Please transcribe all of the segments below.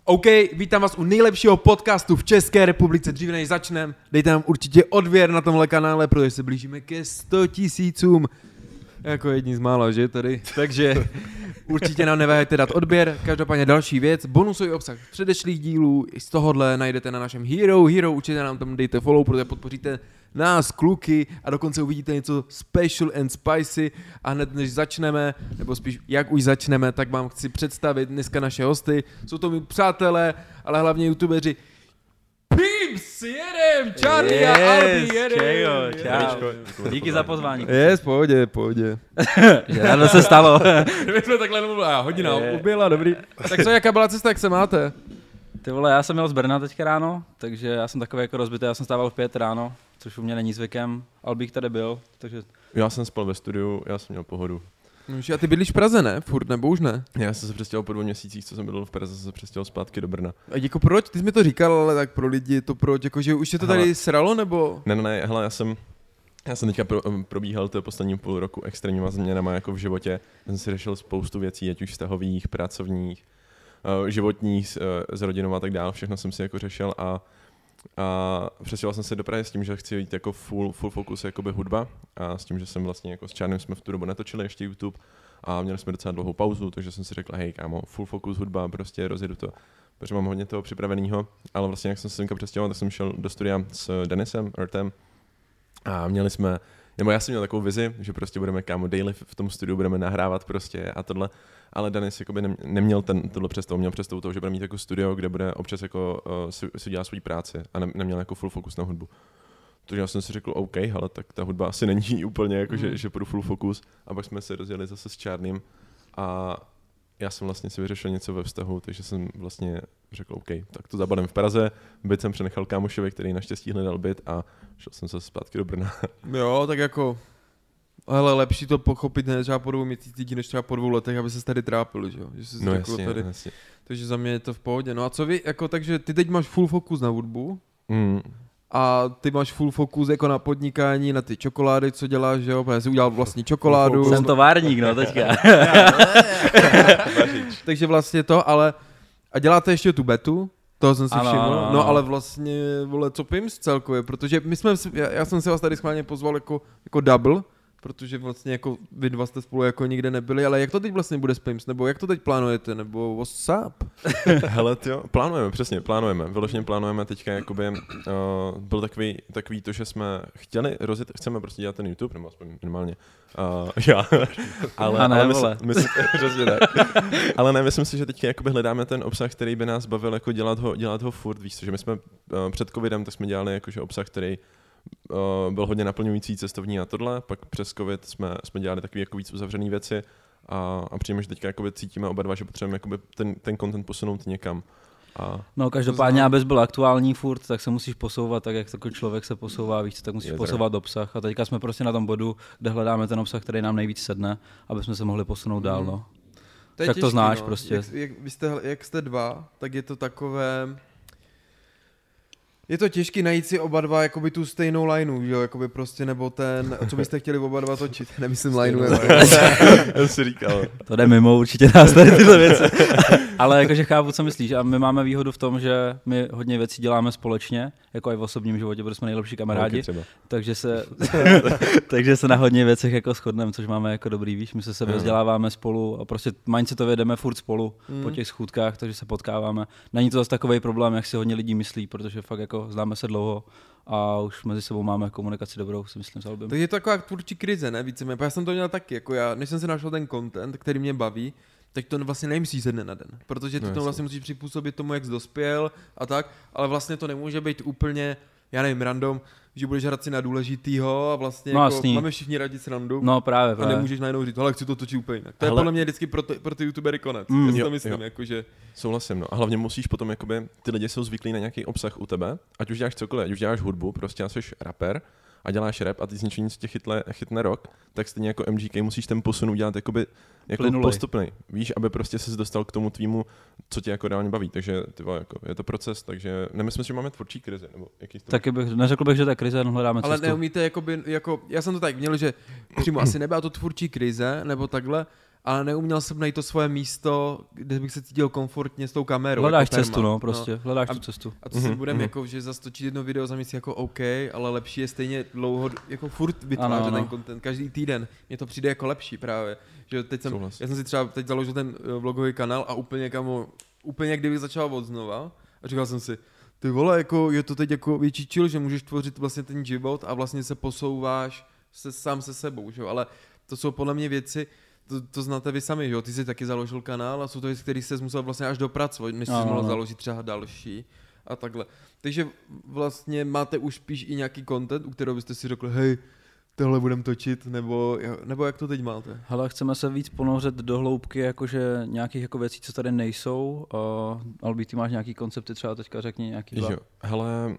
OK, vítám vás u nejlepšího podcastu v České republice. Dříve než začneme, dejte nám určitě odběr na tomhle kanále, protože se blížíme ke 100 000. Jako jedni z mála, že tady. Takže určitě nám neváhejte dát odběr. Každopádně další věc, bonusový obsah předešlých dílů, i z tohohle najdete na našem Hero, určitě nám tam dejte follow, protože podpoříte nás, kluky, a dokonce uvidíte něco special and spicy. A hned než začneme, nebo spíš jak už začneme, tak vám chci představit dneska naše hosty. Jsou to mý přátelé, ale hlavně youtubeři. Pimps, jedem, Charlie a Albi, jedem. Čau. Díky za pozvání. Yes, pohodě. Že ráno se stalo. My jsme takhle nemluvili, hodina uběla, dobrý. Tak co, jaká byla cesta, jak se máte? Ty vole, já jsem měl z Brna teďka ráno, takže já jsem takový jako rozbitý, já jsem stával v 5 ráno, což u mě není zvykem. Albík tady byl, takže... Já jsem spal ve studiu, já jsem měl pohodu. A ty bydlíš v Praze, ne? Furt, nebo už ne? Já jsem se přestěhoval po 2 měsících, co jsem bydlel v Praze, jsem se přestěhoval zpátky do Brna. A jako proč? Ty jsi mi to říkal, ale tak pro lidi to proč, jakože už tě to tady sralo, nebo? Ne, hele, já jsem teďka probíhal to poslední půl roku extrémníma změnama jako v životě. Já jsem si řešil spoustu věcí, ať už vztahových, pracovních, životních, s rodinou a tak dále. Všechno jsem si jako řešil a přestěhoval jsem se do Prahy s tím, že chci jít jako full focus jakoby hudba a s tím, že jsem vlastně jako s Čárnem jsme v tu dobu netočili ještě YouTube a měli jsme docela dlouhou pauzu, takže jsem si řekl, hej kámo, full focus hudba, prostě rozjedu to, protože mám hodně toho připraveného, ale vlastně jak jsem se přestěhoval, tak jsem šel do studia s Denisem, Ertem a měli jsme, nebo já jsem měl takovou vizi, že prostě budeme kámo daily v tom studiu, budeme nahrávat prostě a tohle, ale Denis jakoby neměl tohle představu, měl představu toho, že bude mít jako studio, kde bude občas jako si dělat svou práci a neměl jako full focus na hudbu. Takže já jsem si řekl, OK, hele, tak ta hudba asi není úplně jako, že půjdu full focus a pak jsme se rozjeli zase s Čárným a já jsem vlastně si vyřešil něco ve vztahu, takže jsem vlastně řekl, OK, tak to zabalím v Praze, byt jsem přenechal kámošovi, který naštěstí hledal byt a šel jsem se zpátky do Brna. Jo, tak jako, hele, lepší to pochopit ne třeba po 2 měsících, než třeba po 2 letech, aby se tady trápil, že jo? Že jsi jasně, tady. Jasně. Takže za mě je to v pohodě. No a co vy, jako takže ty teď máš full fokus na hudbu a ty máš full fokus jako na podnikání, na ty čokolády, co děláš, že jo? Protože jsi udělal vlastní čokoládu. Jsem továrník, no teďka. Takže vlastně to, ale a děláte ještě tu betu? Toho jsem si všiml. Ano. No ale vlastně, vole, co Pimps celkově, protože já jsem si vás tady schválně pozval jako double, protože vlastně jako vy dva jste spolu jako nikde nebyli, ale jak to teď vlastně bude s Pimps, nebo jak to teď plánujete, nebo what's up? Hele, tyjo, plánujeme, vyloženě plánujeme teďka, jakoby, byl takový to, že jsme chceme prostě dělat ten YouTube, nebo aspoň minimálně, ale myslím si, že teďka jakoby hledáme ten obsah, který by nás bavil jako dělat ho furt, víš co, že my jsme před covidem, tak jsme dělali jakože obsah, který byl hodně naplňující, cestovní a tohle, pak přes covid jsme dělali takové jako víc uzavřené věci a přijíme, že teďka jakoby cítíme oba dva, že potřebujeme jakoby ten content posunout někam. No každopádně, abys byl aktuální furt, tak se musíš posouvat, tak jak takový člověk se posouvá víc, tak musíš posouvat obsah a teďka jsme prostě na tom bodu, kde hledáme ten obsah, který nám nejvíc sedne, aby jsme se mohli posunout dál, no. Tak to znáš prostě. Jak jste dva, tak je to takové... Je to těžké najít si oba dva jakoby tu stejnou lineu, jo, jakoby prostě, nebo ten, co byste chtěli oba dva točit, nemyslím lineu. Já si říkal. To jde mimo určitě nás tady tyhle věci. Ale jakože chápu, co myslíš, a my máme výhodu v tom, že my hodně věcí děláme společně, jako i v osobním životě, protože jsme nejlepší kamarádi, takže se na hodně věcech jako shodneme, což máme jako dobrý, víš, my se sebe vzděláváme spolu a prostě mindsetově jdeme furt spolu po těch schůdkách, takže se potkáváme. Není to zase takový problém, jak si hodně lidí myslí, protože fakt jako známe se dlouho a už mezi sebou máme komunikaci dobrou, si myslím, s Albem. Tak je to taková tvůrčí krize, ne, víceméně, já jsem to měl taky, jako já, než jsem si našel ten content, který mě baví, tak to vlastně nemyslíš ze dne na den, protože ty to vlastně musíš přizpůsobit tomu, jak jsi dospěl a tak, ale vlastně to nemůže být úplně, já nevím, random, že budeš hrát si na důležitýho a vlastně no, jako máme všichni rádi srandu. No právě. A nemůžeš najednou říct, hele, chci to točit úplně jinak. To je podle mě vždycky pro ty youtubery konec. Já si to myslím, jakože... Souhlasím, no. A hlavně musíš potom, jakoby, ty lidi jsou zvyklí na nějaký obsah u tebe, ať už děláš cokoliv, ať už děláš hudbu, prostě jsi rapper a děláš rap a ty z ničeho nic tě chytne rock, tak stejně jako MGK musíš ten posun udělat jako postupný. Víš, aby prostě ses dostal k tomu tvýmu, co tě jako reálně baví. Takže jako, je to proces, takže nemyslím, že máme tvůrčí krizi. Nebo jaký to... Taky neřekl bych, že ta krize, no hledáme cestu. Ale neumíte, jako, já jsem to tak měl, že přímo asi nebyla to tvůrčí krize, nebo takhle, ale neuměl jsem najít to svoje místo, kde bych se cítil komfortně s tou kamerou. Hledáš jako cestu, no, prostě. Hledáš tu cestu. A to si budeme jako, že zastočit jedno video za měsíc jako OK, ale lepší je stejně dlouho, jako furt vytvářet ten content, každý týden. Mně to přijde jako lepší právě. Že já jsem si třeba teď založil ten vlogový kanál a úplně kdybych začal od znova a říkal jsem si, ty vole, jako je to teď jako větší chill, že můžeš tvořit vlastně ten život a vlastně se posouváš sám se sebou, že jo, ale to jsou podle mě věci, to znáte vy sami, jo, ty jsi taky založil kanál a jsou to věci, který jsi musel vlastně až dopracovat, než jsi mohl založit třeba další a takhle. Takže vlastně máte už spíš i nějaký content, u kterého byste si řekli, hej, tohle budeme točit, nebo jak to teď máte? Hele, chceme se víc ponořit do hloubky, jakože nějakých jako věcí, co tady nejsou. Albi, ty máš nějaký koncepty, třeba teďka řekni nějaký dva. Jo, hele,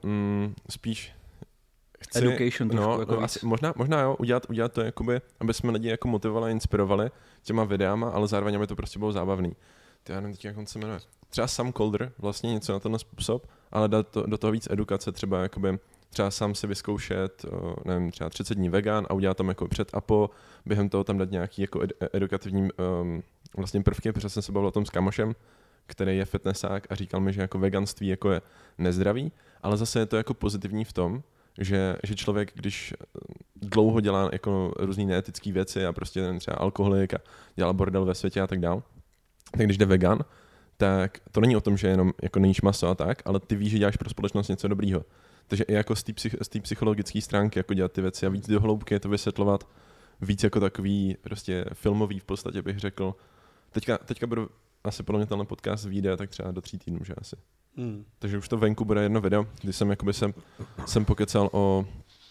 spíš chci, education trošku, jako asi, možná jo, udělat to, jakoby, aby jsme lidi jako motivovali a inspirovali těma videama, ale zároveň, aby to prostě bylo zábavný. Já nevím teď, jak on se jmenuje. Třeba Sam Colder, vlastně něco na tenhle způsob, ale dát do toho víc edukace, třeba jakoby třeba sám si vyzkoušet, nevím, třeba 30 dní vegan a udělat tam jako před a po, během toho tam dát nějaký jako edukativní vlastně prvky, protože jsem se bavil o tom s kamošem, který je fitnessák a říkal mi, že jako veganství jako je nezdravý, ale zase je to jako pozitivní v tom, že člověk, když dlouho dělá jako různý neetické věci a prostě nevím, třeba alkoholik a dělá bordel ve světě a tak dál, tak když jde vegan, tak to není o tom, že jenom jako nejíš maso a tak, ale ty víš, že děláš pro společnost něco dobrýho. Takže i jako z té psychologické stránky jako dělat ty věci a víc do hloubky je to vysvětlovat, víc jako takový prostě filmový v podstatě bych řekl. Teďka budu asi podle mě tenhle podcast vyjde tak třeba do 3 týdnů, že asi. Takže už to venku bude jedno video, kdy jsem jakoby jsem pokecal o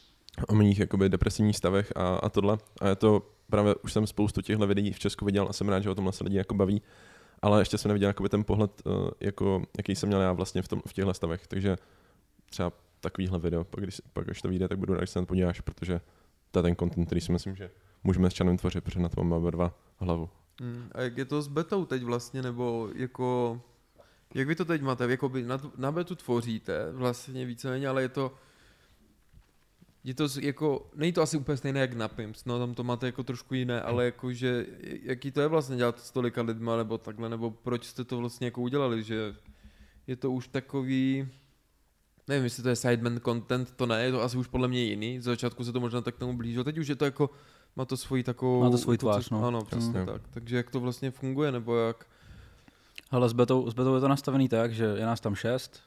mých jakoby depresivních stavech a tohle. A je to právě, už jsem spoustu těchto videí v Česku viděl a jsem rád, že o tomhle se lidi jako baví. Ale ještě jsem neviděl jakoby ten pohled, jako, jaký jsem měl já vlastně v těchto stavech. Takže třeba takovýhle video, pak když to vyjde, tak budu rád, když se na to podíváš, protože to je ten content, který si myslím, že můžeme s Čanem tvořit, protože na to máme oba dva hlavu. A jak je to s betou teď vlastně, nebo jako, jak vy to teď máte, jakoby na betu tvoříte vlastně víceméně, ale je to jako, není to asi úplně stejné jak na Pimps, no tam to máte jako trošku jiné, ale jakože, jaký to je vlastně dělat s tolika lidma, nebo takhle, nebo proč jste to vlastně jako udělali, že je to už takový, nevím, jestli to je sideman content, to ne, je to asi už podle mě jiný, z začátku se to možná tak tomu blížilo, teď už je to jako, má to svoji takovou... Má to svůj tvář, no. Ano, přesně tak, takže jak to vlastně funguje, nebo jak... Hele, s betou je to nastavený tak, že je nás tam 6,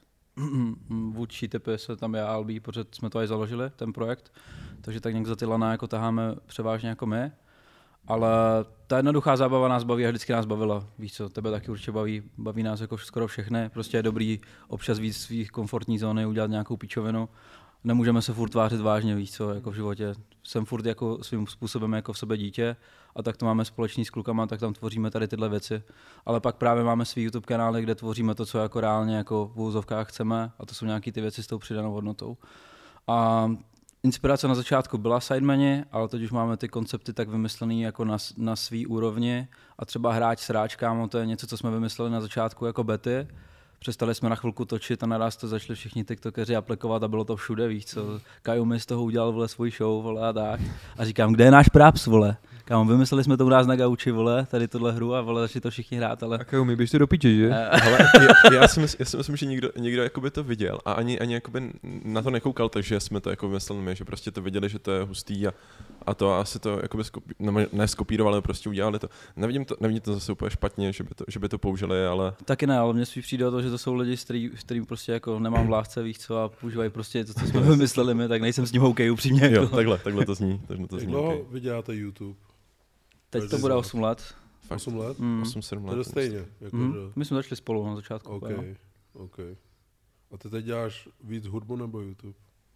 vůdčí typy se tam já a Albi, protože jsme to aj založili, ten projekt, takže tak nějak za ty lana jako taháme převážně jako my, ale ta jednoduchá zábava nás baví a vždycky nás bavila, víš co, tebe taky určitě baví nás jako skoro všechny, prostě je dobrý občas víc svých komfortní zóny, udělat nějakou píčovinu, nemůžeme se furt tvářit vážně, víš co, jako v životě, jsem furt jako svým způsobem jako v sobě dítě a tak to máme společný s klukama, tak tam tvoříme tady tyhle věci, ale pak právě máme svý YouTube kanály, kde tvoříme to, co jako reálně jako v úvozovkách chceme a to jsou nějaký ty věci s tou přidanou hodnotou. A inspirace na začátku byla sidemani, ale teď už máme ty koncepty tak vymyslený jako na svý úrovni a třeba hráč sráč, kámo, to je něco, co jsme vymysleli na začátku jako bety. Přestali jsme na chvilku točit a naraz to začali všichni tiktokeři aplikovat a bylo to všude, víš co. Kaju mi z toho udělal, vole, svůj show, vole, a tak. A říkám, kde je náš Praps, vole? Kámo, vymysleli jsme to u nás na gauči, vole, tady tohle hru a vole, začali to všichni hrát, ale... A Kaju mi běžte do piče, že? Ale já si myslím, že někdo jakoby to viděl a ani jakoby na to nekoukal, takže jsme to jako vymysleli my, že prostě to viděli, že to je hustý a to asi to jakoby neskopírovali, ale prostě udělali to. Nevidím to zase úplně špatně, že by to použili, ale... Taky ne, ale mně spíš přijde o to, že to jsou lidi, s kterým prostě jako nemám v lásce, víš co, a používají prostě to, co jsme vymysleli my, tak nejsem s ním OK, upřímně. Jo, jako. takhle to zní. No, vy děláte YouTube. Teď to bude 8 let. 8 let? 8-7 let. To je stejně. Jako že... My jsme začali spolu na začátku. OK. A ty teď děláš víc hudbu nebo YouTube?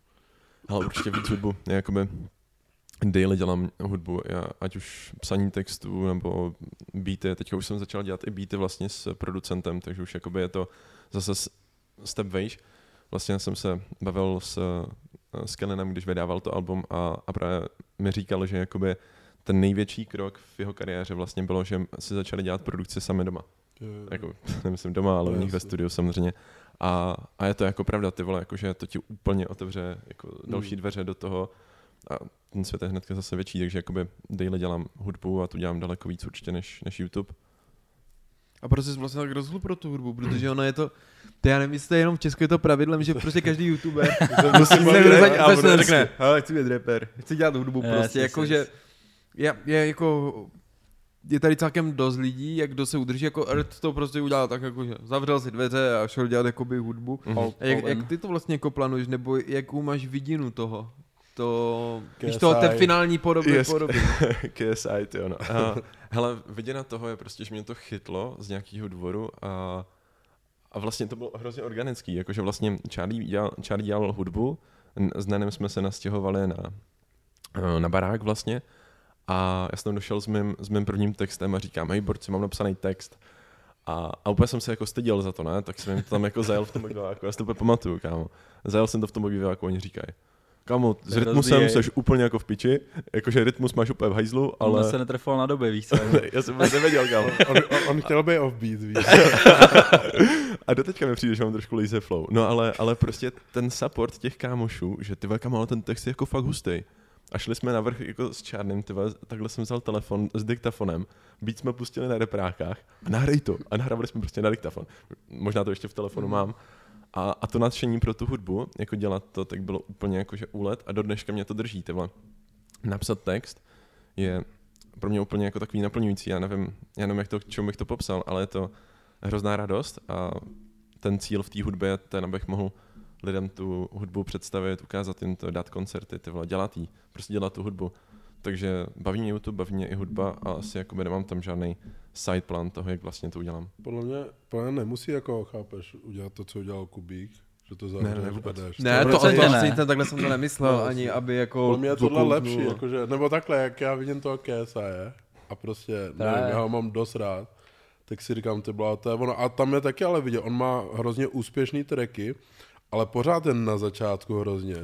Ale určitě víc hudbu. Já jakoby daily dělám hudbu, ať už psaní textů nebo beaty. Teďka už jsem začal dělat i beaty vlastně s producentem, takže už jakoby je to zase step vejš. Vlastně jsem se bavil s Kellynem, když vydával to album a právě mi říkal, že jakoby ten největší krok v jeho kariéře vlastně bylo, že si začali dělat produkci sami doma. Jako, nemyslím doma, ale u nich ve studiu samozřejmě. A je to jako pravda, ty vole, jako, že to ti úplně otevře jako další dveře do toho. A ten svět je hnedka zase větší, takže jakoby daily dělám hudbu a tu dělám daleko víc určitě než YouTube. A proč jsi vlastně tak rozhodl pro tu hudbu, protože ona je to já nevím, jestli jenom v Česku je to pravidlem, že prostě každý youtuber musí se řekne, hele, chci být rapper, chci dělat hudbu prostě, jakože je tady celkem dost lidí, jak kdo se udrží, jako Earth to prostě udělal tak, jako, že zavřel si dveře a šel dělat jakoby hudbu. Jak ty to vlastně jako plánuješ, nebo jakou máš vidinu toho? Víš toho, ten finální podoby. KSI, ty ono. Hele, viděna toho je prostě, že mě to chytlo z nějakého dvoru a vlastně to bylo hrozně organický, jakože vlastně Charlie dělal hudbu, s Nenem jsme se nastěhovali na barák vlastně a já jsem tam došel s mým prvním textem a říkám, hej borci, mám napsaný text a úplně jsem se jako styděl za to, ne, tak jsem jim to tam jako zajel v tom obýváku, já si to úplně pamatuju, kámo, zajel jsem to v tom obýváku, oni říkají, kámo, s rytmusem seš úplně jako v piči, jakože rytmus máš úplně v hajzlu, ale... On se netrefil na době, víš co? Já jsem vůbec nevěděl, kámo. on chtěl být offbeat, víš. A doteďka mi přijde, že mám trošku lazy flow. No ale prostě ten support těch kámošů, že ty kámo, ale ten text je jako fakt hustý. A šli jsme navrch jako s Čárným, takhle jsem vzal telefon s diktafonem, beat jsme pustili na reprákách a nahraj to. A nahrávali jsme prostě na diktafon. Možná to ještě v telefonu mám. A to nadšení pro tu hudbu, jako dělat to, tak bylo úplně jakože úlet a do dneška mě to drží, tyhle. Napsat text je pro mě úplně jako takový naplňující, já nevím čemu bych to popsal, ale je to hrozná radost a ten cíl v té hudbě je ten, abych mohl lidem tu hudbu představit, ukázat jim to, dát koncerty, dělat jí, prostě dělat tu hudbu. Takže baví mě YouTube, baví mě i hudba a asi jakoby nemám tam žádný side plan toho, jak vlastně to udělám. Podle mě nemusí jako, chápeš, udělat to, co udělal Kubík, že to zavřeš a jdeš. Ne, takhle jsem to nemyslel, ani aby jako... Podle mě je tohle lepší, jakože, nebo takhle, jak já vidím toho KSI a prostě, nevím, já ho mám dost rád, tak si říkám, to je ono. A tam je taky ale vidět, on má hrozně úspěšný tracky, ale pořád jen na začátku hrozně.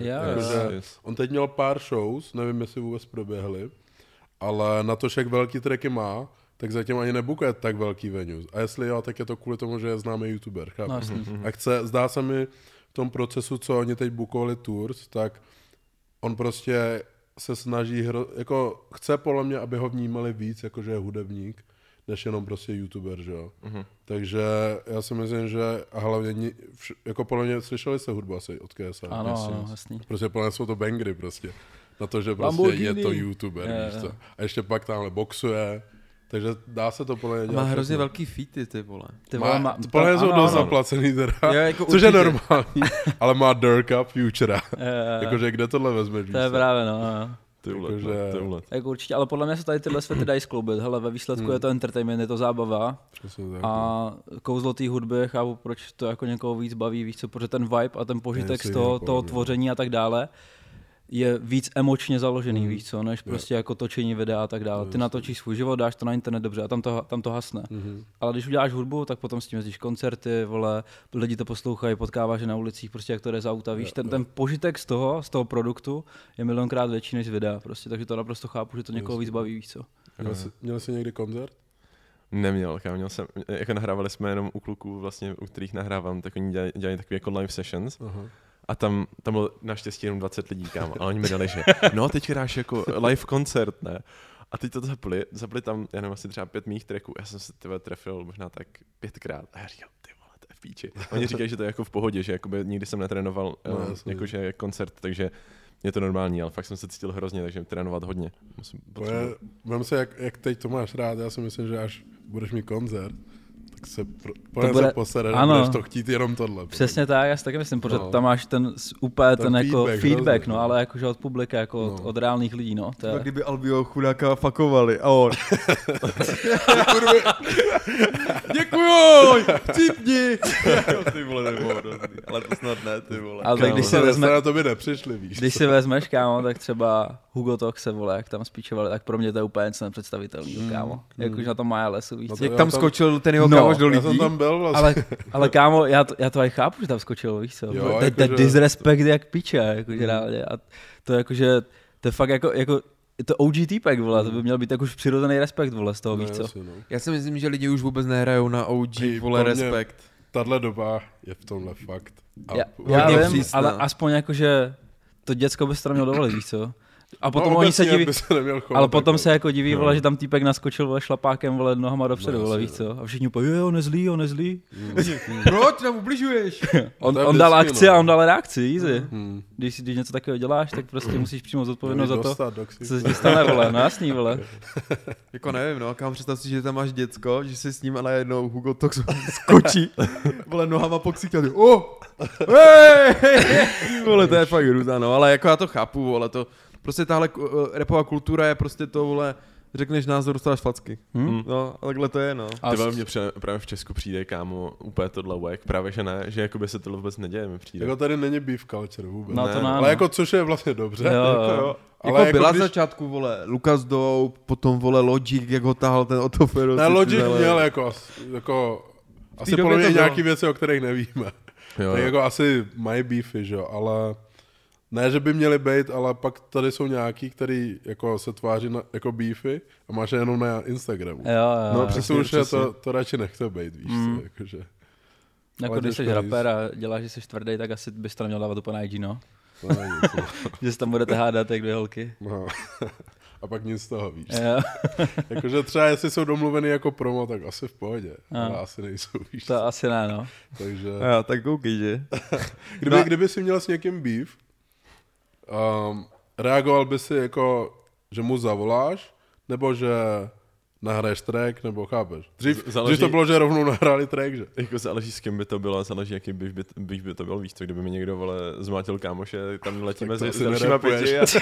On teď měl pár shows, nevím, jestli vůbec proběhly, ale na to, jak velký tracky má, tak zatím ani nebukuje tak velký venues. A jestli jo, tak je to kvůli tomu, že je známý youtuber, chápeš? A zdá se mi v tom procesu, co oni teď bukovali tours, tak on prostě se snaží, jako chce podle mě, aby ho vnímali víc, jakože je hudebník, než jenom prostě youtuber, že jo. Takže já si myslím, že a hlavně, jako podle mě slyšeli jste hudbu asi od KSI. Ano, jasný. Prostě podle mě jsou to bangry prostě. Na to, že prostě je to youtuber, víš co. A ještě pak tamhle boxuje, takže dá se to podle mě dělat. Má hrozně velký featy, ty vole. Podle mě jsou dost zaplacený teda, což je normální, ale má Durka, Futura. Jakože kde tohle vezmeš, víš co. To je právě, no. Ty vole. Jako určitě, ale podle mě se tady tyhle světy dají skloubit. Hele, ve výsledku je to entertainment, je to zábava. A kouzlo té hudby, chápu, proč to jako někoho víc baví, víš co, protože ten vibe a ten požitek z toho tvoření a tak dále je víc emočně založený, víš co, než prostě jako točení videa a tak dále. Ty natočíš svůj život, dáš to na internet dobře a tam to hasne. Ale když uděláš hudbu, tak potom s tím jezdíš koncerty, vole, lidi to poslouchají, potkáváš je na ulicích, prostě jak to jde z auta, víš, ten požitek z toho produktu je milionkrát větší než z videa, prostě, takže to naprosto chápu, že to někoho víc baví, víš co. Měl jsi někdy koncert? Neměl, měl jsem, jako nahrávali jsme jenom u kluků, vlastně, u kterých nahrávám, tak oni dělají takové jako live sessions. A tam bylo naštěstí jenom 20 lidí, kámo. A oni mi dali, že no, teď dáš jako live koncert, ne? A teď to zapli tam, já nevím, asi třeba 5 mých tracků. Já jsem se trefil možná tak 5krát. A já říkal, ty vole, to je v píči. Oni říkají, že to je jako v pohodě, že jakoby nikdy jsem netrénoval jakože koncert, takže je to normální, ale fakt jsem se cítil hrozně, takže trénovat hodně. Vem se, jak teď to máš rád, já si myslím, že až budeš mít koncert, se posere, budeš to chtít jenom tohle. Přesně tak, já si taky myslím, protože tam máš ten jako feedback, no, ale jakože od publika, jako od reálných lidí, no. To je... Kdyby Albio chudáka fakovali a on. Děkuju, cípni. Ty vole, nebo ale to snad ne, ty vole. Ale tak, na to by nepřišli, víš. Když si vezmeš, kámo, tak třeba Hugo Talk se vole, jak tam spíčovali, tak pro mě to je úplně něco nepředstavitelný, kámo. Jakože na tom má lesu, víš. Jak tam skočil ten jeho kámoš do lidí. Já jsem tam byl vlastně. Ale kámo, já to aj chápu, že tam skočil, víš co. To je disrespekt jak piče, jakože reálně. A to jakože, to je fakt jako to OG týpek, vole, to by měl být tak už přirozený respekt, vole, z toho, víš co. Já si myslím, že lidi už vůbec nehrajou na OG, vole, respekt. Tahle doba je v tomhle fakt. Já vím, ale aspoň jakože to děcko by se to mělo dovolit, víš co. A potom oni se diví, ale potom takhle. se jako diví, vole, že tam týpek naskočil, vole, šlapákem, vole, nohama dopředu, vole, víš co? A všichni úplně, jo, nezlý. Proč nám ubližuješ? On dal akci a on dal reakci, easy. Když něco takového děláš, tak prostě musíš přijmout zodpovědnost za to, co se ti stane, vole, no jasný, vole. Jako nevím, no, kam představ si, že tam máš děcko, že si s ním a najednou Hugo Tox skočí, vole, nohama po ksichtě, vole, to je fakt hrůza, no, ale jako já to chápu, vole, to, prostě tahle rapová kultura je prostě to, vole, řekneš názor, dostáváš facky. No, a takhle to je, no. Ty vole, mě právě v Česku přijde, kámo, úplně tohle wack, právě že ne, že jakoby se tohle vůbec neděje, mi přijde. Jako tady není beef culture vůbec. No, to ale jako což je vlastně dobře. Jo. Ale jako byla když... začátku, vole, Lucas Dope, potom, vole, Logic, jak ho tahal ten Otofero. Ne, Logic měl jako asi podle mě nějaký věci, o kterých nevíme. Jo. Tak jako asi mají beefy, že jo, ale ne, že by měli být, ale pak tady jsou nějaký, který jako se tváří jako beefy a máš je jenom na Instagramu. Jo. No přesně. To radši nechce být, víš co, jakože. Jako když jsi rapper a děláš, že jsi tvrdý, tak asi bys to neměl dávat úplně na IG, no. Že se tam budete hádat jak dvě holky. No. A pak nic z toho, víš. Jakože třeba jestli jsou domluvený jako promo, tak asi v pohodě. Ale asi nejsou, víš. To asi ne, no. Takže... Já, tak koukej, že? Kdyby si měl s někým beef, reagoval by si jako, že mu zavoláš, nebo že nahraješ track, nebo chápeš? Dřív to bylo, že rovnou nahráli track, že? Jako záleží, s kým by to bylo a záleží, jaký beef by to byl, víš co, kdyby mi někdo, vole, zmátil kámoše, tam letíme s dalšíma 5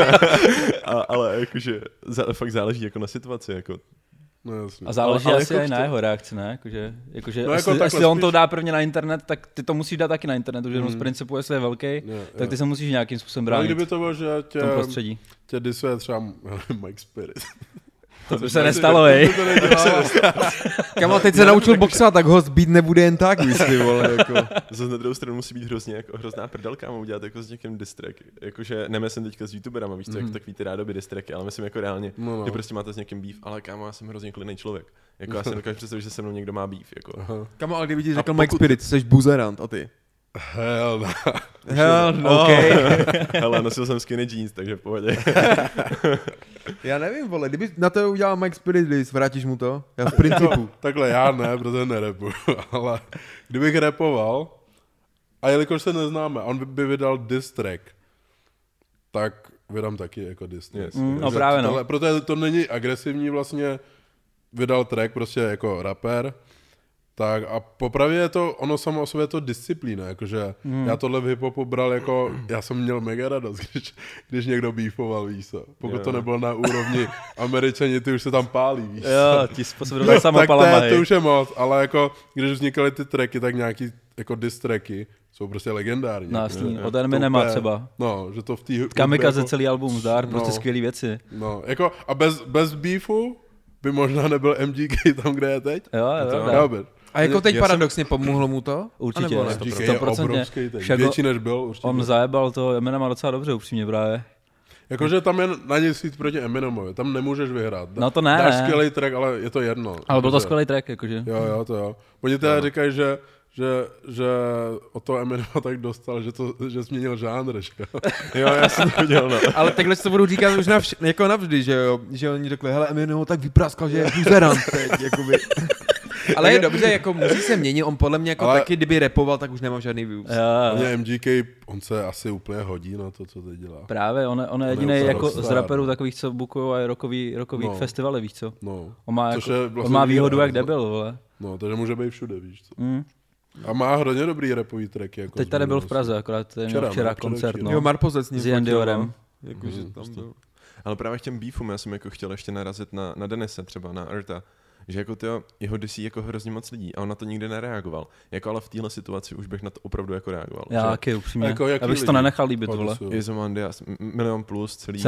ale jakože fakt záleží jako na situaci, jako. No, a záleží asi jako i na jeho reakci, ne? Jakože no, jestli on to dá prvně na internet, tak ty to musíš dát taky na internetu, že jenom z principu, jestli je velký, tak ty se musíš nějakým způsobem bránit. No, kdyby to bylo, že tě disuje třeba Mike Spirit. To by se nestalo, hej. Kamo, teď se naučil boxovat, tak ho zbít nebude jen tak, myslím, vole, jako. Zase na druhou stranu musí být hrozná prdelka, mám udělat jako s někým distrack. Jakože nemyslím teďka s youtuberama, víš co, jako takový ty rádoby distracky, ale myslím jako reálně, že prostě máte s někým beef, ale kámo, já jsem hrozně klidný člověk. Jako já si dokážu představit, že se mnou někdo má beef, jako. Kamo, ale kdyby ti řekl Mike Spirit, jsi buzerant, a ty? Hell no. Okay. Hele, nosil jsem skinny jeans, takže v pohodě. Já nevím, vole, kdyby na to udělal Mike Spirit list, vrátíš mu to? Já v principu. Takhle já ne, protože nerepuju, ale kdybych repoval, a jelikož se neznáme, on by vydal diss track, tak vydám taky jako diss track. Yes. No právě no. Protože to není agresivní vlastně, vydal track prostě jako rapper, tak a popravdě je to, ono samo o sobě je to disciplína, jakože já tohle v hiphopu bral jako, já jsem měl mega radost, když někdo beefoval, víš co. Pokud to nebylo na úrovni Američani, ty už se tam pálí, víš co. Jo, ti způsobili samopalama, to už je moc, ale jako, když vznikaly ty tracky, tak nějaký jako diss tracky jsou prostě legendární. No jasný, od Eminema třeba. No, že to v té... Kamikaze jako, celý album zdár, prostě skvělý věci. No, jako a bez beefu by možná nebyl MGK tam, kde je teď. Jo. A jako teď paradoxně pomohlo mu to? Určitě, 100%. Větší než byl, určitě. On zajebal to Eminema docela dobře, upřímně právě. Jakože tam je na nic jít proti Eminemovi, tam nemůžeš vyhrát. No to ne. Dáš skvělý track, ale je to jedno. Ale byl to skvělý track, jakože. Jo, to jo. Oni teda říkají, že od toho Eminema tak dostal, že změnil žánr, že jo. Jo, já jsem to viděl, no. Ale takhle to budu říkat už jako navždy, že jo. Že oni řekli, hele, Eminem tak vypraskal, že je buzerant teď, jakoby. Ale je dobře, jako musí se měnit, on podle mě jako taky, kdyby rapoval, tak už nemám žádný views. MGK, on se asi úplně hodí na to, co teď dělá. Právě, on je jediný jako z raperů takových, co bookujou a rockový festivaly, víš co. No. On má výhodu jak debil, vole. No, takže může být všude, víš co. A má hodně dobrý rapový tracky. Jako teď tady byl v Praze, akorát měl včera koncert. Jo, Marpozec s Jandiorem. Jakože tam byl. Ale právě k těm beefům, já jsem jako chtěl ještě narazit na Denise třeba, na Arta. Že jako tyjo, jeho disí jako hrozně moc lidí a on na to nikdy nereagoval. Jako ale v téhle situaci už bych na to opravdu jako reagoval. Já taky upřímně. Jako, abych to nenechal líbit, vole. Izomandias, 1 milion plus, celý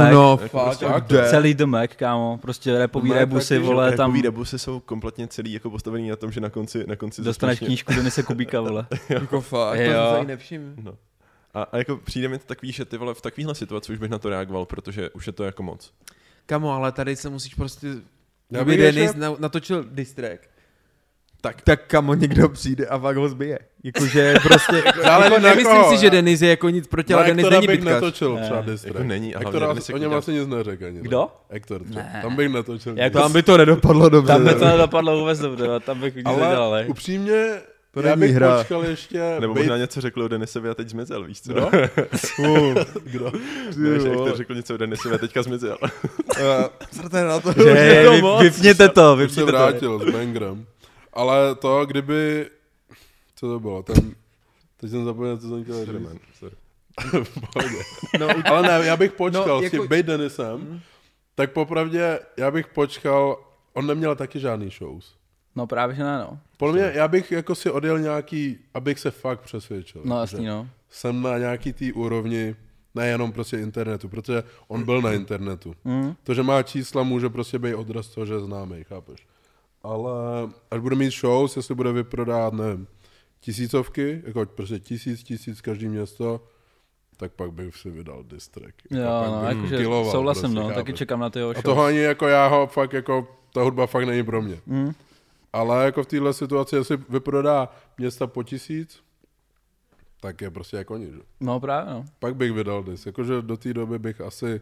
The Mac, kámo. Prostě rapový rebusy, vole, tam. Rapový rebusy jsou kompletně celý jako postavený na tom, že na konci dostaneš knížku Denise Kubíka, vole. Jako fakt, to se nevšim. No. A jako přijde mi to takový, že ty vole v takovýhle situaci už bych na to reagoval, protože už je to jako moc. Kamo, ale tady se musíš prostě... Kdyby Denis natočil diss track, tak kamo někdo přijde a fakt ho zbije. Jakože prostě, Ale jako na nemyslím koho? si, že Denis je jako nic proti, ale Denis není bych bitkař. netočil třeba diss Jako track. není, a hlavně Hector Denis o něm asi nic neřekl ani. Kdo? Hector, Ne. tam bych netočil. Jak Tam by to nedopadlo dobře. Tam by to nedopadlo vůbec dobře, tam bych nic nedělal. Ale upřímně, To já není bych hra. počkal ještě... Nebo možná něco řekl o Denisovi a teď zmizel, víš co? Kdo? Kdo? Ne, že Hector řekl něco o Denisovi a teďka zmizel. Co to je na to? Vypněte to, Už se vypněte to. vrátil s bangrem. Ale to, kdyby... Co to bylo? Teď jsem zapomněl, co jsem chtěl říct. Sorry. V pohodě. No, Ale ne, já bych počkal, No, s jako- tím bejt Denisem, tak popravdě já bych počkal, on neměl taky žádný shows. No právě, že ne, no. Podle mě, já bych jako si odjel nějaký, abych se fakt přesvědčil. No že jasný, no. Jsem na nějaký té úrovni, nejenom prostě internetu, protože on byl na internetu. To, že má čísla, může prostě být odraz toho, že je známý, chápeš? Ale až bude mít shows, jestli bude vyprodávat, nevím, 1000, jako prostě 1000 každý město, tak pak bych si vydal diss track. Jo, A pak no, bych jakože killoval souhlasím, prostě, no, taky chápeš? čekám na ty jeho A show. toho ani jako já ho fakt jako, ta hudba fakt není pro mě. Ale jako v téhle situaci, jestli vyprodá města po 1000, tak je prostě jako nic. No právě, no. Pak bych vydal diss. Jakože do té doby bych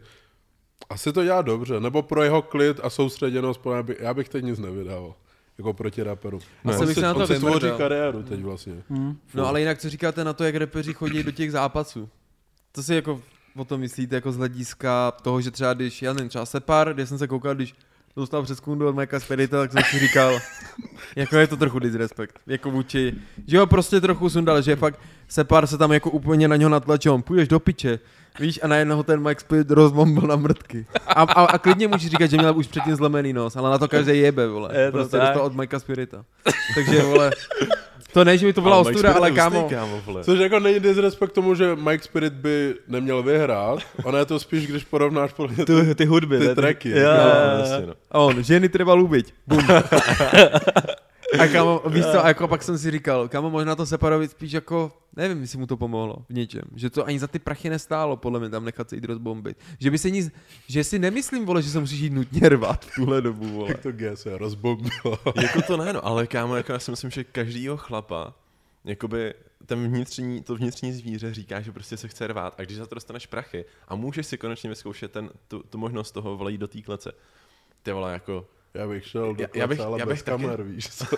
asi to dělá dobře. Nebo pro jeho klid a soustředěnost, já bych teď nic nevydával. Jako proti raperu. Asi bych se na to on si tvoří vymrdal. kariéru teď vlastně. No ale jinak co říkáte na to, jak rapeři chodí do těch zápasů? Co si jako o tom myslíte jako z hlediska toho, že třeba když, já nevím, třeba Separ, kde jsem se koukal, když dostal přes kundu od Mikea Spirita, tak jsem si říkal, jako je to trochu disrespekt, jako vůči, že ho prostě trochu sundal, že fakt Separ se tam jako úplně na něho natlačil, půjdeš do piče, víš, a najednou ten Mike Spirit rozbombil na mrtky. A klidně můžeš říkat, že měl už předtím zlomený nos, ale na to každý jebe, vole, Je to prostě tak. dostal od Mikea Spirita. Takže, vole, to ne, že by to byla ostuda, ale kámo. Což jako není disrespekt tomu, že Mike Spirit by neměl vyhrát. Ono je to spíš, když porovnáš podle mě Ty hudby, ty ne? tracky. Jo, Jasně, no. A on, ženy treba lubiť. Bum. A kámo, víš co, a jako pak jsem si říkal, kámo, možná to Separovi spíš jako, nevím, jestli mu to pomohlo v něčem. Že to ani za ty prachy nestálo, podle mě, tam nechat se jít rozbombit. Že by se nic, že si nemyslím, vole, že se musíš jít nutně rvat v tuhle dobu, vole. Jak to G se rozbombilo. Jako to ne, no, ale kámo, jako já si myslím, že každýho chlapa, jakoby to vnitřní zvíře říká, že prostě se chce rvát a když za to dostaneš prachy a můžeš si konečně vyzkoušet tu možnost toho vlejít do té klece, ty vole, jako... Já bych šel do Já bych- klece, ale já bez bych taky- kamer, víš co.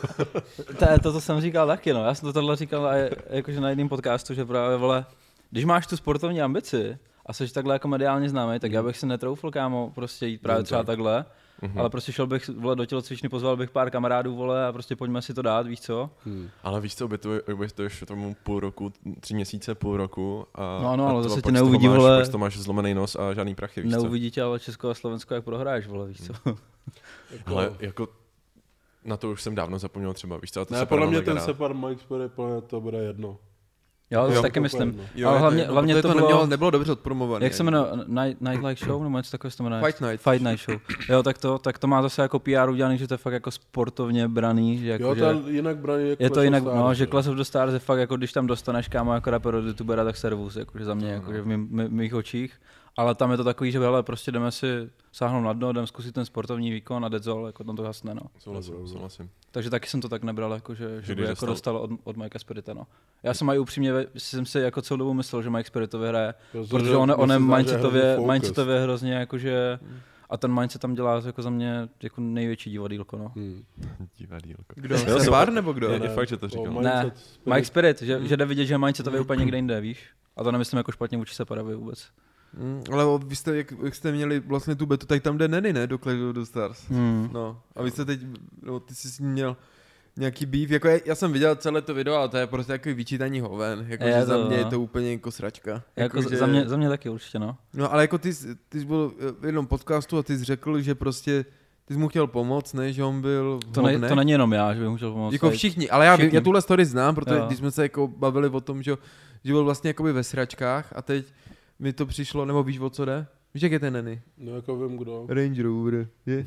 To jsem říkal taky, no. Já jsem to tohle říkal jakože na jednom podcastu, že právě, vole, když máš tu sportovní ambici a jsi takhle jako mediálně známý, tak já bych si netroufl, kámo, prostě jít právě třeba takhle. Ale prostě šel bych, vole, do tělocvičny, pozval bych pár kamarádů, vole, a prostě pojďme si to dát, víš co? Ale víš co, obětuješ tomu půl roku, 3 měsíce, půl roku a... No ano, ale a zase pak ti z toho neuvidí, máš, vole. Pak z toho máš zlomený nos a žádný prachy, víš co? Neuvidí tě, ale Česko a Slovensko jak prohráš, vole, víš co? Ale jako... Na to už jsem dávno zapomněl třeba, víš co? A to Ne, se podle mě mega ten rád. Separ Mike Spirit, to bude jedno. Jo, to Jo, taky to myslím. jedno. Jo, Ale je to hlavně, jedno, hlavně protože to bylo... nebylo dobře odpromované. Jak se jmenuje? Night Like Show? Nebo něco takového se to jmenuje? Fight Night. Show. Jo, tak to má zase jako PR udělaný, že to je fakt jako sportovně braný. Že jako, Jo, že to je jinak braný jako je to Clash of jinak, Stars, no, že jo. Clash of the Stars je fakt jako, když tam dostaneš kámo jako rapper od youtubera, tak servus, jakože za mě, jakože v mých očích. Ale tam je to takový, že hele, prostě jdeme si sáhnout na dno, jdeme zkusit ten sportovní výkon a that's all, jako tam to hasne, no. Souhlasím. Takže taky jsem to tak nebral, jako, že by když jako dostal od Mikea Spirita, no. Já jsem upřímně, jsem si jako celou dobu myslel, že Mike Spirit to vyhraje, protože on je mindsetově hrozně jakože, a ten mindset tam dělá jako za mě jako největší divadýlko, no. Divadýlko. Kdo? Jo, Separ nebo kdo? Je fakt, že to říkal. Ne, Mike Spirit, že jde vidět, že mindsetově úplně někde jinde, víš? A to nemyslím jako špatně vůči Separovi vůbec. Ale vy jste, jak jste měli vlastně tu betu, tak tam jde Nenny, ne? Do Clash of the Stars. No. A vy jste teď, no, ty jsi s ním měl nějaký beef, jako já jsem viděl celé to video, ale to je prostě takový vyčítaný hoven, jako že za mě je to úplně jako sračka. Jako že... za mě taky určitě, no. No ale jako ty jsi byl v jednom podcastu a ty jsi řekl, že prostě ty jsi mu chtěl pomoct, ne, že on byl to není jenom já, že bych mu chtěl pomoct. Jako všichni, ale já tuhle story znám, protože jo. když jsme se jako bavili o tom, že byl vlastně jakoby ve sračkách a teď mi to přišlo, nebo víš, o co jde? Víš, jak je ten Nenny? No jako vím kdo. Range Rover, je?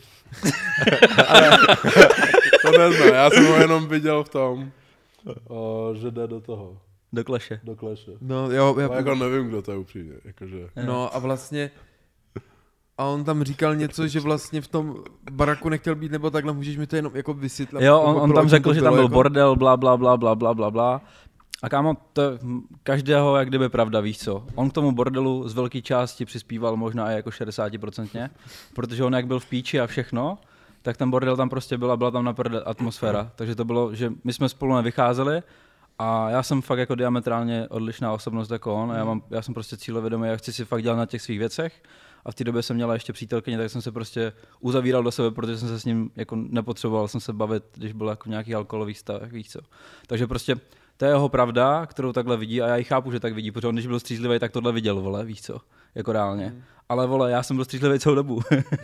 To neznám, já jsem ho jenom viděl v tom, že jde do toho, Do Clashe. do Clashe. No, jo, Ale jako nevím, kdo to je upřímně, jakože. No a vlastně a on tam říkal něco, že vlastně v tom baraku nechtěl být, nebo takhle, můžeš mi to jenom jako vysvětlit? Jo, on tam řekl, že tam byl jako? bordel, bla, bla, bla, bla, bla, bla, bla. A kámo, to každého jak kdyby pravda, víš co. On k tomu bordelu z velké části přispíval možná i jako 60%, protože on jak byl v píči a všechno, tak ten bordel tam prostě byla tam na atmosféra. Takže to bylo, že my jsme spolu nevycházeli a já jsem fakt jako diametrálně odlišná osobnost jako on a já jsem prostě cílevědomý a chci si fakt dělat na těch svých věcech. A v té době jsem měla ještě přítelkyně, tak jsem se prostě uzavíral do sebe, protože jsem se s ním jako nepotřeboval jsem se bavit, když byl jako nějaký alkoholový stav, víš co. Takže prostě to je jeho pravda, kterou takhle vidí a já ji chápu, že tak vidí, protože on když byl střízlivý, tak tohle viděl, vole, víš co, jako reálně. Ale vole, já jsem byl střízlivý celou dobu.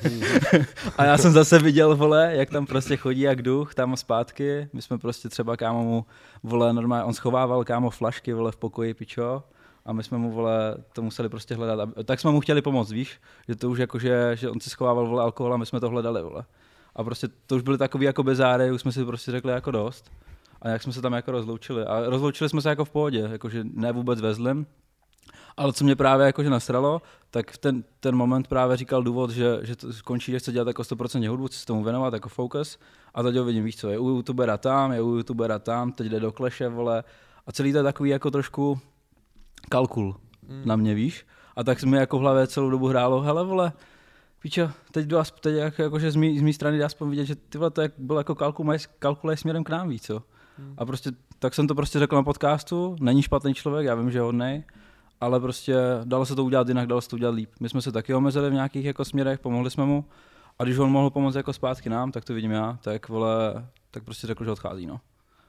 A já jsem zase viděl, vole, jak tam prostě chodí jak duch, tam a zpátky. My jsme prostě třeba kámo mu, vole, normálně, on schovával kámo flašky, vole, v pokoji, pičo. A my jsme mu, vole, to museli prostě hledat. A tak jsme mu chtěli pomoct, víš? Že to už jako, že on si schovával, vole, alkohol a my jsme to hledali, vole. A prostě to už byly takový jako bezáry, už jsme si prostě řekli jako dost. A jak jsme se tam jako rozloučili. A rozloučili jsme se jako v pohodě, jakože ne vůbec ve zlém. Ale co mě právě jakože nasralo, tak v ten moment právě říkal důvod, že to skončí, že chce dělat jako 100% hudbu, chce se tomu věnovat jako focus. A teď ho vidím, víš co, je u youtubera tam, teď jde do Clashe, vole. A celý to je takový jako trošku kalkul na mě, víš. A tak mi jako v hlavě celou dobu hrálo, hele vole, píčo, teď jakože z mý strany dá aspoň vidět, že ty vole, to byl jako kalkulej směrem k nám, víš co. A prostě, tak jsem to prostě řekl na podcastu, není špatný člověk, já vím, že je hodnej, ale prostě dalo se to udělat jinak, dalo se to udělat líp. My jsme se taky omezili v nějakých jako směrech, pomohli jsme mu a když on mohl pomoct jako zpátky nám, tak to vidím já, tak vole, tak prostě řekl, že odchází, no.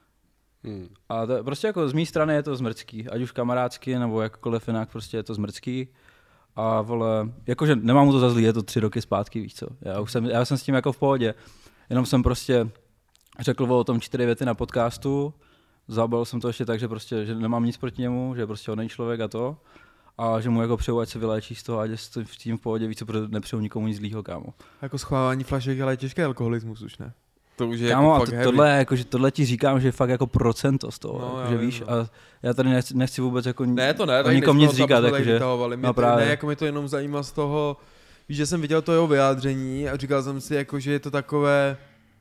A to, prostě jako z mé strany je to zmrcký, ať už kamarádsky nebo jakkoliv jinak, prostě je to zmrcký. A vole, jakože nemám mu to za zlý, je to 3 roky zpátky, víš co. Já jsem s tím jako v pohodě, jenom jsem prostě řekl o tom 4 věty na podcastu, zabalil jsem to ještě tak, že prostě že nemám nic proti němu, že je prostě hodný člověk a to. A že mu jako přeju, ať se vyléčí z toho, ať je s tím v pohodě, víc, protože nepřeju nikomu nic zlýho, kámo. Jako schovávání flašek, ale je těžký alkoholismus už, ne? To už je kámo, jako fakt tohle ti říkám, že je fakt jako procento z toho, no, jako, že víš, a já tady nechci vůbec jako o nikom nic říkat, takže no právě. Ne, jako mi to jenom zajímá z toho, víš, že jsem viděl to jeho vyjádření a říkal jsem si, jako, že je to takové,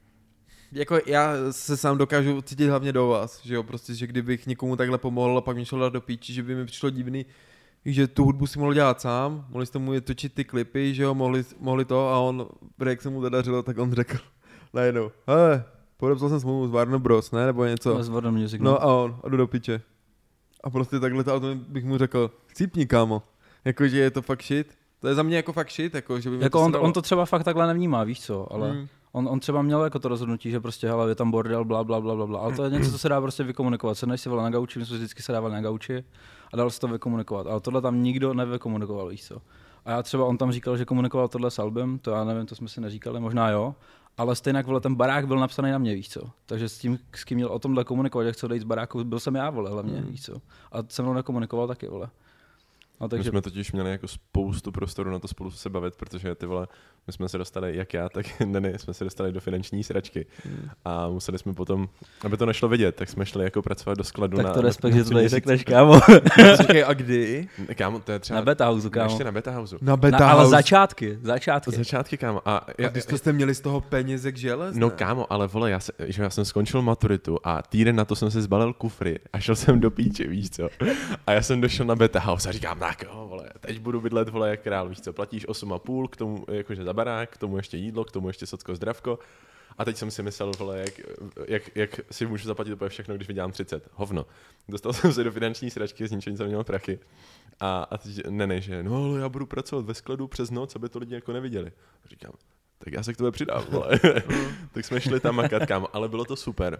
jako já se sám dokážu cítit hlavně do vás, že jo, prostě, že kdybych někomu takhle pomohl a pak mě šel dát do píči, že by mi přišlo divný, že tu hudbu si mohl dělat sám, mohli jste mu točit ty klipy, že jo, mohli to a on, jak se mu zadařilo, tak on řekl najednou, hele, podepsal jsem smlouvu s Warner Bros, ne, nebo něco. S Warner Music, no a jdu do piče. A prostě takhle to bych mu řekl, chcípni, kámo, jakože je to fakt shit. To je za mě jako fakt shit, jako, že by mě jako to on to třeba fakt takhle nevnímá, víš co, ale on třeba měl jako to rozhodnutí, že prostě hele, je tam bordel, bla, bla, bla, bla, bla, ale to je něco, co se dá prostě vykomunikovat. Sedneš si na gauči, my jsme vždycky se dávali na gauči a dal se to vykomunikovat, ale tohle tam nikdo nevykomunikoval, víš co. A já třeba, on tam říkal, že komunikoval tohle s albem, to já nevím, to jsme si neříkali, možná jo, ale stejně vole, ten barák byl napsaný na mě, víš co. Takže s tím, s kým měl o tomhle komunikovat, jak chtěl odejít z baráku, byl jsem já, vole, hlavně, víš co. A se mnou nekomunikoval taky, vole. No, takže... My jsme totiž měli jako spoustu prostoru na to spolu se bavit, protože ty vole, my jsme se dostali, jak já, tak Neny, jsme se dostali do finanční sračky a museli jsme potom, aby to nešlo vidět, tak jsme šli jako pracovat do skladu. Tak na... to respekt, že to tady řekneš, kámo. A kdy? Kámo, to je třeba... Na Betahouse, kámo. Ještě na Betahouse. Ale začátky, kámo. A to jste měli z toho penězek želez? No kámo, ale vole, já jsem skončil maturitu a týden na to jsem si zbalil kufry a šel jsem do píče, víš co. A já jsem došel na Betahouse a říkám, tak jo, vole, teď budu bydlet, vole, jak král, víš co, platíš 8,5, k tomu jakože za barák, k tomu ještě jídlo, k tomu ještě socko zdravko. A teď jsem si myslel, vole, jak si můžu zaplatit úplně všechno, když vydělám 30. Hovno. Dostal jsem se do finanční sračky, z ničeho jsem měl prachy. A teď že no ale já budu pracovat ve skladu přes noc, aby to lidi jako neviděli. A říkám, tak já se k tobě přidám, vole. Tak jsme šli tam makat, kámo, ale bylo to super.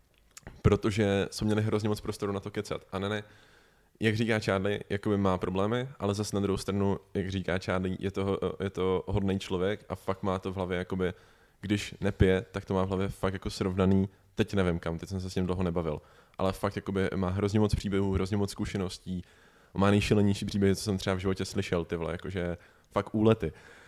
Protože jsme měli hrozně moc prostoru na to kecat. A ne, jak říká Charlie, jakoby má problémy, ale zase na druhou stranu, jak říká Charlie, je to hodný člověk a fakt má to v hlavě, jakoby, když nepije, tak to má v hlavě fakt jako srovnaný, teď nevím kam, teď jsem se s ním dlouho nebavil, ale fakt jakoby má hrozně moc příběhů, hrozně moc zkušeností, má nejšilenější příběhy, co jsem třeba v životě slyšel, ty vole, jakože fakt úlety.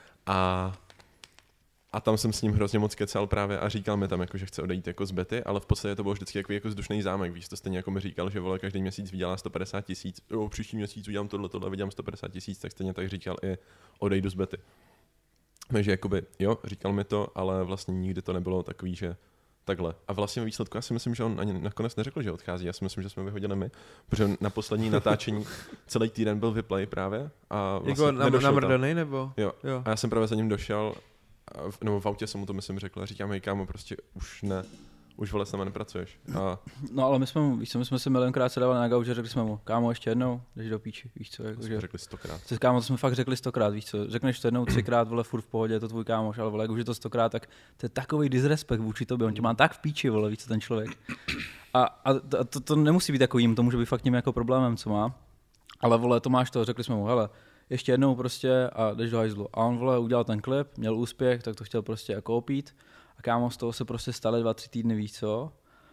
A tam jsem s ním hrozně moc kecal právě a říkal mi tam, jako, že chce odejít jako z Bety, ale v podstatě to bylo vždycky jako vzdušný zámek, víš, to stejně jako mi říkal, že vole, každý měsíc vydělá 150 000, jo, příští měsíc udělám tohle, vydělám 150 000, tak stejně tak říkal i odejdu z Bety. Takže jakoby, jo, říkal mi to, ale vlastně nikdy to nebylo takový, že takhle. A vlastně ve výsledku já si myslím, že on ani nakonec neřekl, že odchází. Já si myslím, že jsme vyhodili my, protože na poslední natáčení celý týden byl vyplay právě. A vlastně jako namrdanej nebo? Jo. A já jsem právě za ním došel, nebo v autě jsem mu to myslím řekl a říkám, hej kámo, prostě už ne. Už vole s náma nepracuješ. No ale my jsme si milionkrát se dávali na gauč a řekli jsme mu, kámo, ještě jednou, jdeš do píči, víš co. Jako, jsme řekli 100krát. Kámo, to jsme fakt řekli 100krát, víš co. Řekneš to jednou, 3krát, vole, furt v pohodě, je to tvůj kámoš, ale vole, jak už je to 100krát, tak to je takový disrespekt vůči tobě, on tě má tak v píči, vole, víš co, ten člověk. A to nemusí být takovým, to může být fakt tím jako problémem, co má. Ale vole, to máš to, řekli jsme mu, hele, ještě jednou prostě a jdeš do hajzlu. A on, vole, udělal ten klip, měl úspěch, tak to chtěl prostě jako opít. A kámo, z toho se prostě staly 2-3 týdny, víš co.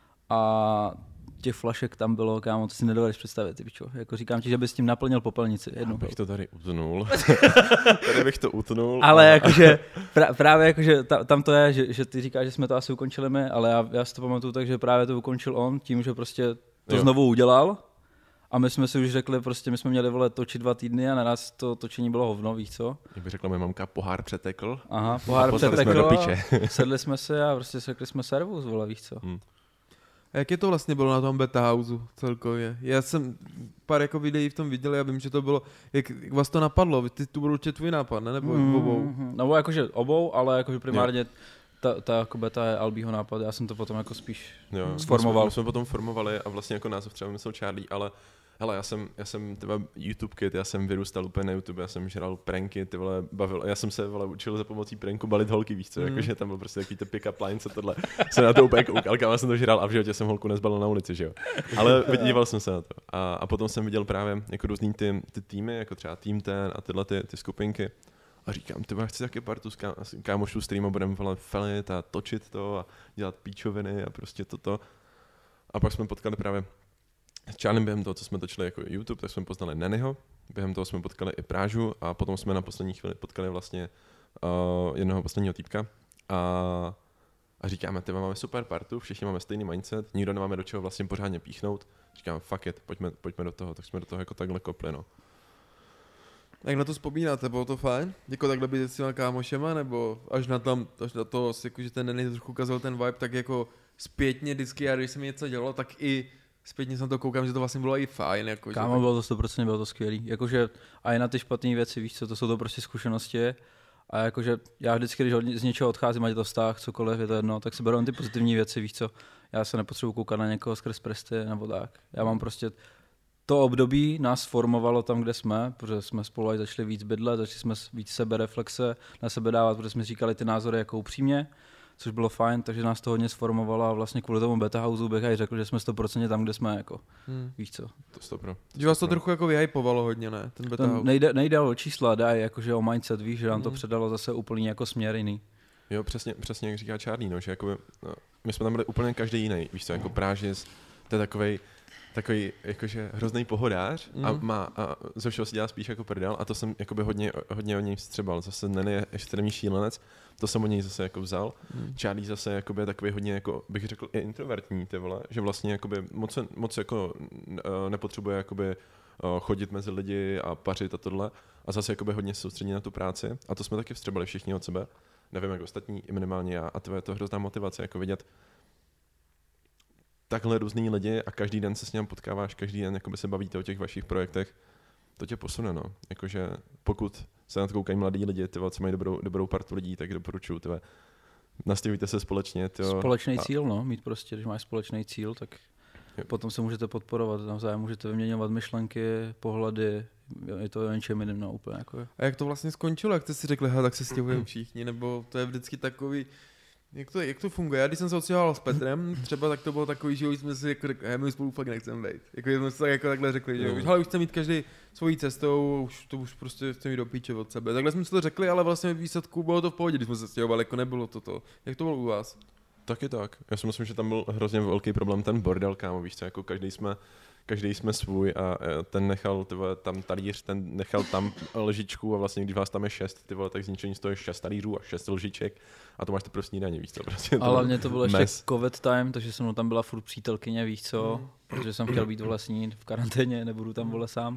A těch flašek tam bylo, kámo, to si nedovedeš představit, ty pičo. Jako říkám ti, že bys tím naplnil popelnici. Jednou. Bych to tady utnul. Tady bych to utnul. Ale jakože, právě jakože tam to je, že ty říkáš, že jsme to asi ukončili my, ale já si to pamatuju tak, že právě to ukončil on tím, že prostě to znovu udělal. A my jsme si už řekli, prostě my jsme měli, vole, točit 2 týdny a naraz to točení bylo hovno, víš co? Jak by řekla moje mamka, pohár přetekl. Aha, pohár přetekl a sedli jsme se a prostě řekli jsme servus, vole, víš co? A jak je to vlastně bylo na tom Beta Houseu celkově? Já jsem pár jako videí v tom viděl, já vím, že to bylo, jak vás to napadlo? To byl určitě tvůj nápad, ne? Nebo obou? No jakože obou, ale jakože primárně ta jako Beta je Albího nápad, já jsem to potom jako spíš sformoval. My jsme potom formovali a vlastně jako název třeba vymyslel Charlie, ale hele, já jsem tyhle YouTube kid, já jsem vyrůstal úplně na YouTube, já jsem žral pranky, ty vole, bavil, já jsem se vole učil za pomocí pranku balit holky, víš co, jakože tam byl prostě takový ty pick-up lines a tohle, jsem na to úplně koukal, já jsem to žral a v životě jsem holku nezbalil na ulici, že jo, ale díval jsem se na to a potom jsem viděl právě jako různý ty týmy, jako třeba Team Ten a tyhle ty skupinky a říkám, ty chci taky partu s kámošů, s kterýma budeme felit a točit to a dělat píčoviny a prostě toto a pak jsme potkali právě s Charliem během toho, co jsme točili jako YouTube, tak jsme poznali Nennyho, během toho jsme potkali i Prážu a potom jsme na poslední chvíli potkali vlastně jednoho posledního týpka a říkáme, ty máme super partu, všichni máme stejný mindset, nikdo nemáme do čeho vlastně pořádně píchnout, říkáme fuck it, pojďme do toho, tak jsme do toho jako takhle kopli, no. Jak na to vzpomínáte, bylo to fajn? Jako takhle být s těma kámošema, nebo až na to, jako, že ten Nenny trochu ukázal ten vibe, tak jako zpětně vždycky, a když se mi něco dělalo, tak i zpětně jsem to koukám, že to vlastně bylo i fajn. Jako, kámo, bylo to 100%, bylo to skvělý. Jakože a i na ty špatné věci, víš co, to jsou to prostě zkušenosti. A jakože já vždycky, když z něčeho odcházím, ať je to vztah, cokoliv, je to jedno, tak si beru ty pozitivní věci, víš co. Já se nepotřebuji koukat na někoho skrz prsty nebo tak. Já mám prostě to období nás formovalo tam, kde jsme, protože jsme spolu aj začali víc bydlet, začali jsme víc sebereflexe na sebe dávat, protože jsme říkali ty názory jako upřímně, což bylo fajn, takže nás to hodně sformovalo a vlastně kvůli tomu Beta Houseu bych aj řekl, že jsme 100% tam, kde jsme, jako, víš co. To 100%. Že vás to trochu jako vyhypovalo hodně, ne? Ten Beta House. Nejde o čísla, daj, jakože o mindset, víš, že nám to předalo zase úplně jako směr jiný. Jo, přesně jak říká Charlie, no, že jakoby, no, my jsme tam byli úplně každý jiný, víš co, jako Prážis, to je takový jakože hrozný pohodář a ze všeho si dělá spíš jako prdel a to jsem jakoby hodně od něj vstřebal. Zase Nenny je extrémní šílenec, to jsem od něj zase jako vzal. Charlie zase jakoby takový hodně jako bych řekl i introvertní, ty vole, že vlastně jakoby moc jako nepotřebuje jakoby chodit mezi lidi a pařit a tohle a zase jakoby hodně soustředit na tu práci a to jsme taky vstřebali všichni od sebe. Nevím jak ostatní, i minimálně já a to je to hrozná motivace jako vidět takhle různý lidi a každý den se s ním potkáváš, každý den jakoby se bavíte o těch vašich projektech, to tě posune, no. Jakože pokud se na to koukají mladí lidi, tyvo, co mají dobrou partu lidí, tak doporučuju, tyvo, nastavujte se společně. Tyvo, společný cíl, no, mít prostě, když máš společný cíl, tak potom se můžete podporovat, navzájem můžete vyměňovat myšlenky, pohledy, je to o něčem jiným, no, úplně jako. A jak to vlastně skončilo, jak jste si řekli, tak se stěhujeme všichni, nebo to je vždycky takový. Jak to funguje? Já když jsem se odstěhoval s Petrem, třeba tak to bylo takový, že už jsme si jako řekli, my spolu fakt nechceme být. Jako jsme si tak jako takhle řekli, že už chce mít každý svojí cestou, už prostě chce mít do píče od sebe. Takhle jsme si to řekli, ale vlastně v výsledku bylo to v pohodě, když jsme se stěhovali, jako nebylo toto. Jak to bylo u vás? Taky tak. Já si myslím, že tam byl hrozně velký problém ten bordel, kámo, víš co, jako každý jsme svůj a ten nechal tam talíř, ten nechal tam lžičku a vlastně když vás tam je 6, tak z ničeho stojí 6 talířů a 6 lžiček a to máš pro snídaně, víš co, prostě. Ale hlavně to bylo ještě covid time, takže se mnou tam byla furt přítelkyně, víš co, protože jsem chtěl být snít v karanténě, nebudu tam sám.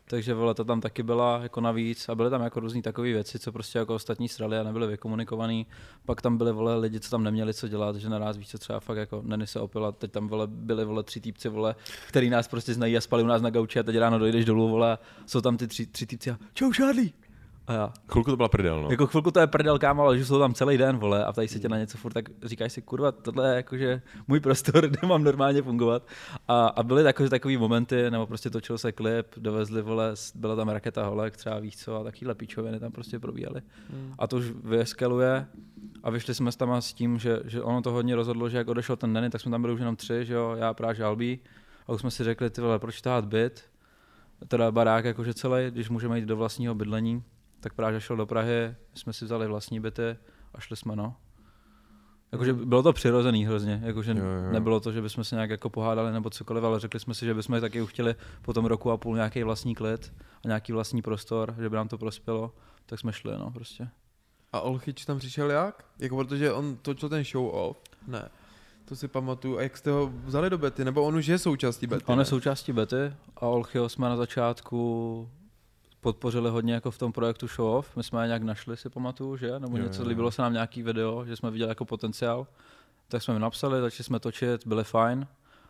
Takže vole, to tam taky byla jako navíc a byly tam jako různý takové věci, co prostě jako ostatní srali a nebyly vykomunikovaný. Pak tam byly vole lidi, co tam neměli co dělat, že naraz víš co třeba fakt jako Nenny se opila, teď tam byli vole 3 týpci vole, který nás prostě znají a spali u nás na gauči a teď ráno dojdeš dolů vole, jsou tam ty 3 týpci a čau Charlie. A já. Chvilku to byla prdel, no. Jako chvilku to je prdel, kámo, ale že jsou tam celý den, vole, a tady se tě na něco furt, tak říkáš si, kurva, tohle je jakože můj prostor, kde mám normálně fungovat. A byly takový momenty, nebo prostě točil se klip, dovezli, vole, byla tam raketa holek, třeba víš co, a takovýhle píčoviny tam prostě probíhaly. A to už vyeskaluje a vyšli jsme tam s tím, že ono to hodně rozhodlo, že jak odešel ten Nenny, tak jsme tam byli už jenom 3, že jo, já, Práž, Albí, a už jsme si řekli, ty vole, proč tahat byt, teda barák jakože celý, když můžeme jít do vlastního bydlení. Tak Práža šel do Prahy, jsme si vzali vlastní byty a šli jsme, no. Jakože bylo to přirozený hrozně, jakože nebylo to, že bychom se nějak jako pohádali nebo cokoliv, ale řekli jsme si, že bychom taky chtěli po tom roku a půl nějaký vlastní klid a nějaký vlastní prostor, že by nám to prospělo, tak jsme šli, no prostě. A Olchyč tam přišel jak? Jako protože on točil ten show off? Ne. To si pamatuju. A jak jste ho vzali do Bety? Nebo on už je součástí Bety? On je součástí Bety a Olchyho jsme na začátku podpořili hodně jako v tom projektu Show Off. My jsme je nějak našli, si pamatuju, že? Nebo něco, líbilo se nám nějaký video, že jsme viděli jako potenciál. Tak jsme mi napsali, začali jsme točit, byli fajn.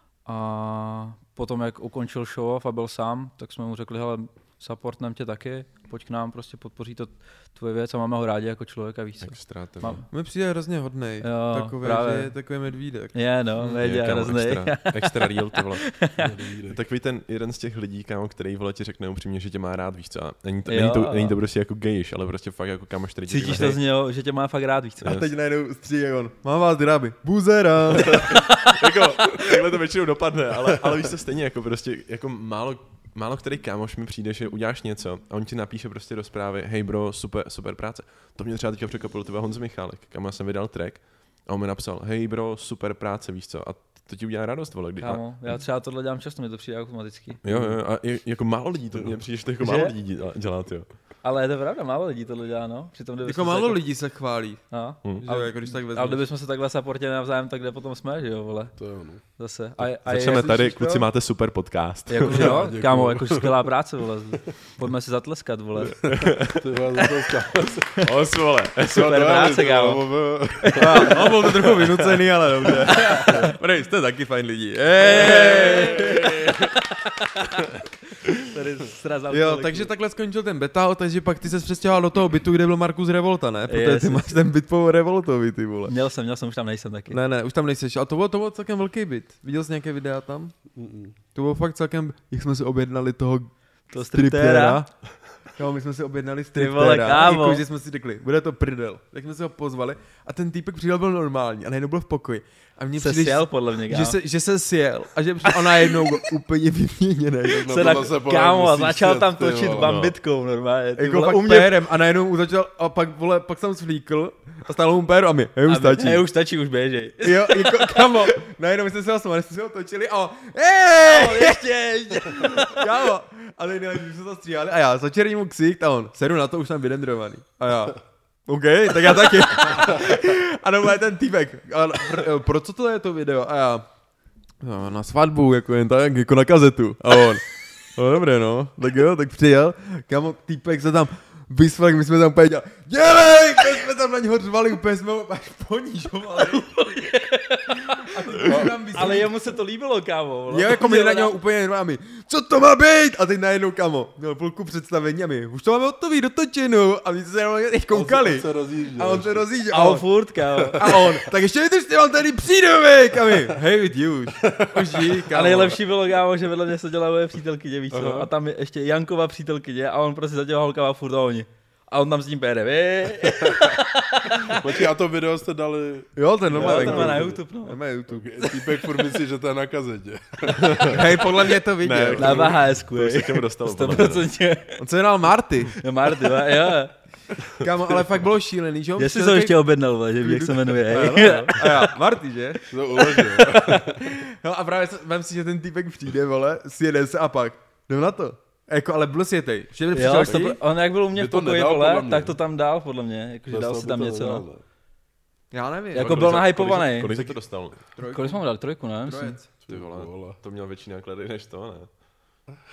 A potom, jak ukončil Show Off a byl sám, tak jsme mu řekli, hele, supportnem tě taky, pojď k nám, prostě podpoří to tvoje věc a máme ho rádi jako člověka, víc. Extra, mi přijde hrozně hodnej, takový, že je takový medvídek. Je, no, je hroznej. Extra real, to vole. Takový ten jeden z těch lidí, kámo, který vole ti řekne upřímně, že tě má rád, víš co. A není to prostě jako gejiš, ale prostě fakt jako kámoš, který tě cítíš to z něho, že tě má fakt rád, víš co. A teď najednou stří jak on, mám vás rádi, buzera. Jako, takhle to většinou dopadne, ale víš co, stejně jako prostě, jako málo který kámoš mi přijde, že uděláš něco a on ti napíše prostě do zprávy, hej bro, super práce. To mě třeba teďka překvapilo, tebe Honza Michálek, kam já jsem vydal track a on mi napsal, hej bro, super práce, víš co, a to ti udělá radost, vole. Kámo, já třeba tohle dělám často, mi to přijde automaticky. Jo, a jako málo lidí to mě přijde, že to jako málo lidí dělá, jo. Ale je to pravda, málo lidí tohle dělá, no. Přitom, jako málo lidí se chválí. Ale, jako když tak vezmeš. Ale kdybychom se takhle supportili navzájem, tak kde potom jsme, že jo, vole. To jo, no. Zase. Začneme tady, kluci, máte super podcast. Jakože jo, kámo, jakože skvělá práce, vole. Pojďme si zatleskat, vole. Ty vás zatleskat. Vole. Super práce, kámo. No, byl to trochu vynucený, ale dobře. Prej, jste taky fajn lidi. Jo, takže takhle skončil ten beta, takže pak ty se přestěhoval do toho bytu, kde byl Markus Revolta, ne? Protože ty máš ten byt po Revoltovi, ty vole. Měl jsem, už tam nejsem taky. Ne, už tam nejseš, ale to byl celkem velký byt. Viděl jsi nějaké videa tam? To bylo fakt celkem, jak jsme si objednali toho striptéra. Jo, my jsme si objednali striptéra, jakože jsme si řekli, bude to prdel. Tak jsme si ho pozvali a ten týpek přijel byl normální a najednou byl v pokoji. A mně se sjel podle mě, že se sjel a že a najednou byl úplně vyměněný. Kámo, a začal tam točit bambitkou normálně. Jako fakt pérem a najednou mu začal, a pak jsem svlíkl a stále mu péru a mě, už stačí, už běžej. Jo, jako kámo, najednou my jsme se ho smali, jsme si ho točili a ještě. Kámo, a teď jsme se to stříhali a já začerní mu ksicht a on, sedu na to, už tam vydendrovaný. A já, OK, tak já taky. A normálně ten týpek, pro co to je to video? A já, no, na svatbu, jako jen tak, jako na kazetu. A on, no dobré no, tak jo, tak přijel. Kámo, týpek se tam vysvak, my jsme tam úplně dělej, jsme tam na něho řvali, úplně jsme ho až ponížovali. Ale jemu se to líbilo, kámo. Jo, jako my na něho úplně normálně, co to má být? A teď najednou, kámo, měl půlku představení a my, už to máme hotový, dotočenou. A my se jenom teď koukali. A on se rozjížděl. A on furt, kámo. A on, tak ještě vydržte, on tady přijdovek. A my, hej, with you už jí, kámo. A nejlepší bylo, kámo, že vedle mě se dělala moje přítelkyně, víš co? A tam je ještě Jankova přítelkyně a on prostě za těma holkama furt a oni. A on tam s ním pere, Počkej, a to video jste dali... Jo, ten normálně. To má na YouTube, no. To má YouTube. Týpek furt myslí, že to je na kazetě. Hej, podle mě to viděl. Na VHS-ku, To se k němu dostalo. 100%. On se jmenal Marty. No Marty, jo. Kámo, ale fakt bylo šílený, že? Jestli to ještě objednal, že ví, jak se jmenuje. A já, Marty, že? To uložil. No a právě vem si, že ten týpek přijde, vole, sjede se a pak jdem na to. Jako, ale byl světej. Jo, on jak byl u mě v pokoji, vole, tak to tam dál, podle mě. Jakože dal si tam něco, no. Já nevím. Jako byl nahypovaný. Kolik jsi to dostal? Kolik jsme mu dali? 3, ne? Ty vole, to měl větší náklady než to, ne?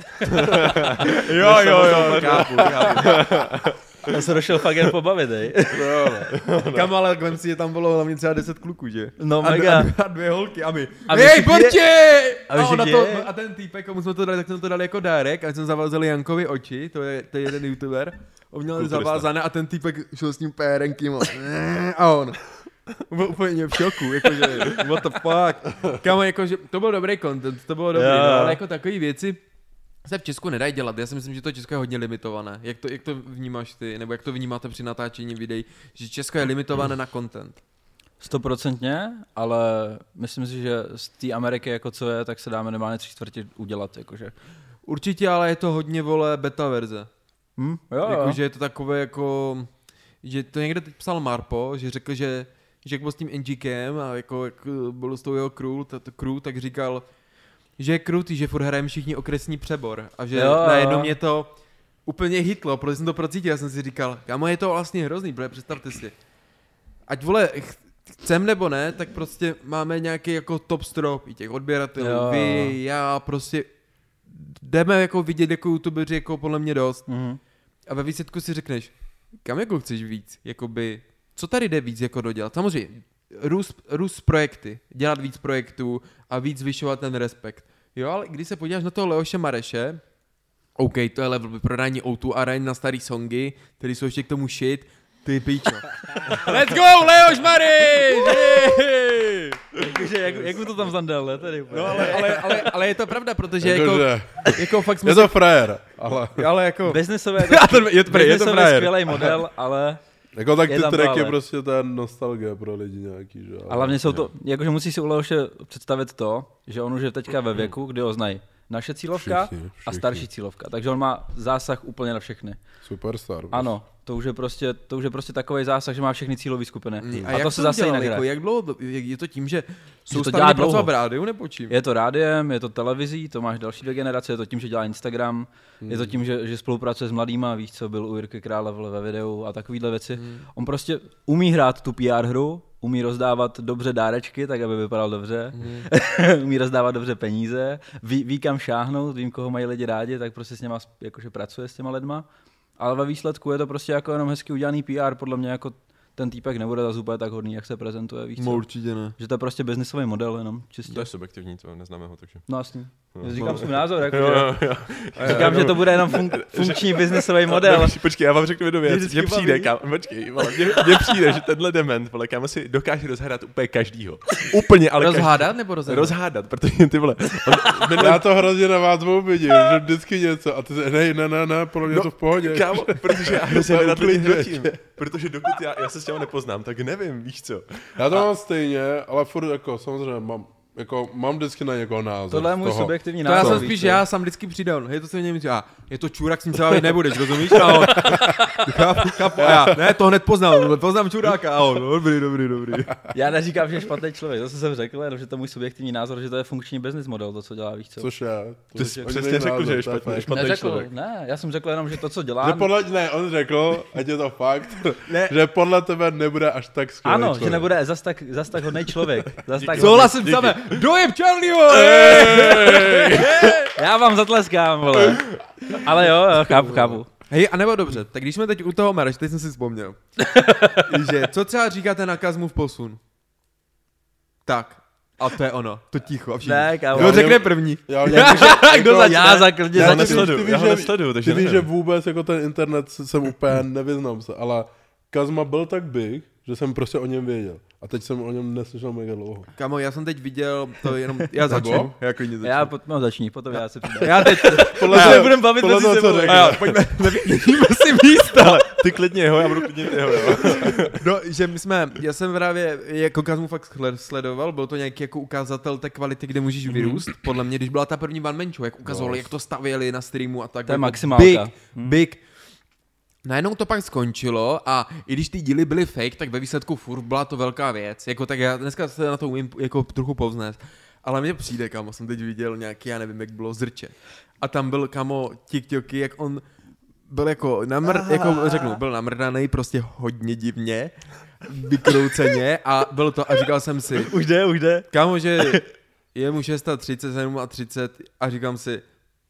Jo, chápu. Já se došel fakt jen pobavit, Kam ale vem si, že tam bylo hlavně třeba 10 kluků, že? No mega. A dvě holky a my. A Hej, pojďte! A A ten týpek, komu jsme to dali, tak jsme to dali jako dárek a jsme zavázali Jankovi oči, to je jeden youtuber. On měl zavázané a ten týpek šel s ním pérenky a on. Byl úplně v šoku, jakože, what the fuck. Kámo, jakože, to byl dobrý content, to bylo dobrý, no, ale jako takové věci se v Česku nedají dělat. Já si myslím, že to Česko je hodně limitované. Jak to vnímáš ty, nebo jak to vnímáte při natáčení videí, že Česko je limitované na content? 100%, ale myslím si, že z té Ameriky jako co je, tak se dá minimálně 3/4 udělat, jakože. Určitě, ale je to hodně, vole, beta verze. Jo. Jakože je to takové jako, že to někde teď psal Marpo, že řekl, že jak byl s tím NGkem a jako jak byl s tou jeho crew, tak říkal, že je krutý, že furt hrajeme všichni okresní přebor a že najednou mě to úplně hitlo, protože jsem to procítil, já jsem si říkal, kámo, je to vlastně hrozný, protože představte si, ať vole, chcem nebo ne, tak prostě máme nějaký jako top strop i těch odběratelů, vy, já, prostě jdeme jako vidět jako youtubeři jako podle mě dost a ve výsledku si řekneš, kam jako chceš víc, jakoby, co tady jde víc jako dodělat, samozřejmě, růst projekty, dělat víc projektů a víc zvyšovat ten respekt. Jo, ale když se podíváš na toho Leoše Mareše, OK, to je level vyprodání O2 Arena na starý songy, který jsou ještě k tomu shit, ty píčo. Let's go, Leoš Mareš! Jak mu to tam zandal, ne? Tady, no, ale je to pravda, protože jako fakt jsme je to frajer, ale jako... Biznesové je to skvělý model, ale... Jako tak ty track je prostě ten nostalgie pro lidi nějaký, že? Ale hlavně jsou to, jakože musíš si u Leoše představit to, že on už je teďka ve věku, kdy ho znají naše cílovka všichni. A starší cílovka, takže on má zásah úplně na všechny. Superstar. Ano, to už je prostě takový zásah, že má všechny cílové skupiny. A to se zase jinak hraje. Jak dlouho, je to tím, že soustavně pracovat v rádiu nebo čím? Je to rádiem, je to televizí, to máš další 2 generace, je to tím, že dělá Instagram, je to tím, že spolupracuje s mladýma, víš co, byl u Jirky Krále ve videu a takovýhle věci. On prostě umí hrát tu PR hru, umí rozdávat dobře dárečky, tak aby vypadal dobře, umí rozdávat dobře peníze, ví kam šáhnout, vím, koho mají lidi rádi, tak prostě s něma jakože pracuje s těma lidma. Ale ve výsledku je to prostě jako jenom hezky udělaný PR, podle mě jako ten týpek nebude zase úplně tak hodný, jak se prezentuje, víš co? Určitě ne. Že to je prostě biznisový model jenom, čistě. To je subjektivní, to neznáme ho, takže. No jasně. Říkám svůj názor, jako říkám, že to bude jenom funkční biznisový model. Počkej, já vám řeknu jednu věc, mně přijde, mně přijde, že tenhle dement, vole, kámo si dokáže rozhádat úplně každýho. Úplně, ale rozhádat nebo rozhádat? Rozhádat, protože ty vole. Já to hrozně na vás vidím, že vždycky něco a ty ne, podle mě to v pohodě. Kámo, protože já se nerad lidi hrotím, protože dokud já se s těma nepoznám, tak nevím, víš co. Já to mám stejně, ale furt jako samozřejmě mám vždycky na někoho názor. Tohle je můj subjektivní názor. To já jsem spíš, já sám vždycky přidal, je to se mě říká, je to čurák, s ním se bavit nebudeš, rozumíš? A on, chápu, a já, ne, to hned poznám čuráka, a on, dobrý. Já neříkám, že je špatný člověk, zase jsem řekl, jenom, že to je můj subjektivní názor, že to je funkční business model, to, co dělá, víš co? Což je. Ty jsi přesně řekl, že je špatný člověk. Ne, já jsem řekl jenom, že to, co dělá... Že on řekl, ať je to fakt, že podle tebe nebude až tak skvělý člověk. Ano, že nebude zas tak hodnej člověk. Souhlasím same, dojeb Charlieho! Já vám zatleskám, vole. Ale jo, chápu. Hej, a nebo dobře, tak když jsme teď u toho Mareš, teď jsem si vzpomněl, že co třeba říkáte na Kazmův posun? Tak, a to je ono, to ticho a všichni. Ne, kámo. Kdo řekne první? Kdo začne? Já ho nesleduju, takže ty víš, že vůbec jako ten internet jsem úplně nevyznám se, ale Kazma byl tak big, že jsem prostě o něm věděl. A teď jsem o něm neslyšel mega dlouho. Kámo, já jsem teď viděl, to jenom, já začnu. Já začni, potom já se přidám. Já teď, podle budem bavit mezi sebou. Pojďme, nevidíme si místa. Ale ty klidně jeho, já budu klidně jeho, jo. No, že já jsem právě jako Kazmu fakt sledoval, byl to nějaký jako ukazatel té kvality, kde můžeš vyrůst. Podle mě, když byla ta první One Man Show, jak ukazovali, jak to stavěli na streamu a tak. To je maximálka. Big. Najednou to pak skončilo a i když ty díly byly fake, tak ve výsledku furt byla to velká věc. Jako tak já dneska se na to umím jako trochu povznést. Ale mně přijde, kámo, jsem teď viděl nějaký, já nevím, jak bylo Zrče. A tam byl, kámo, TikToky, jak on byl jako byl namrdaný prostě hodně divně, vykrouceně a bylo to a říkal jsem si. Už jde. Kámo, že je mu 6:37 a 30 a říkám si,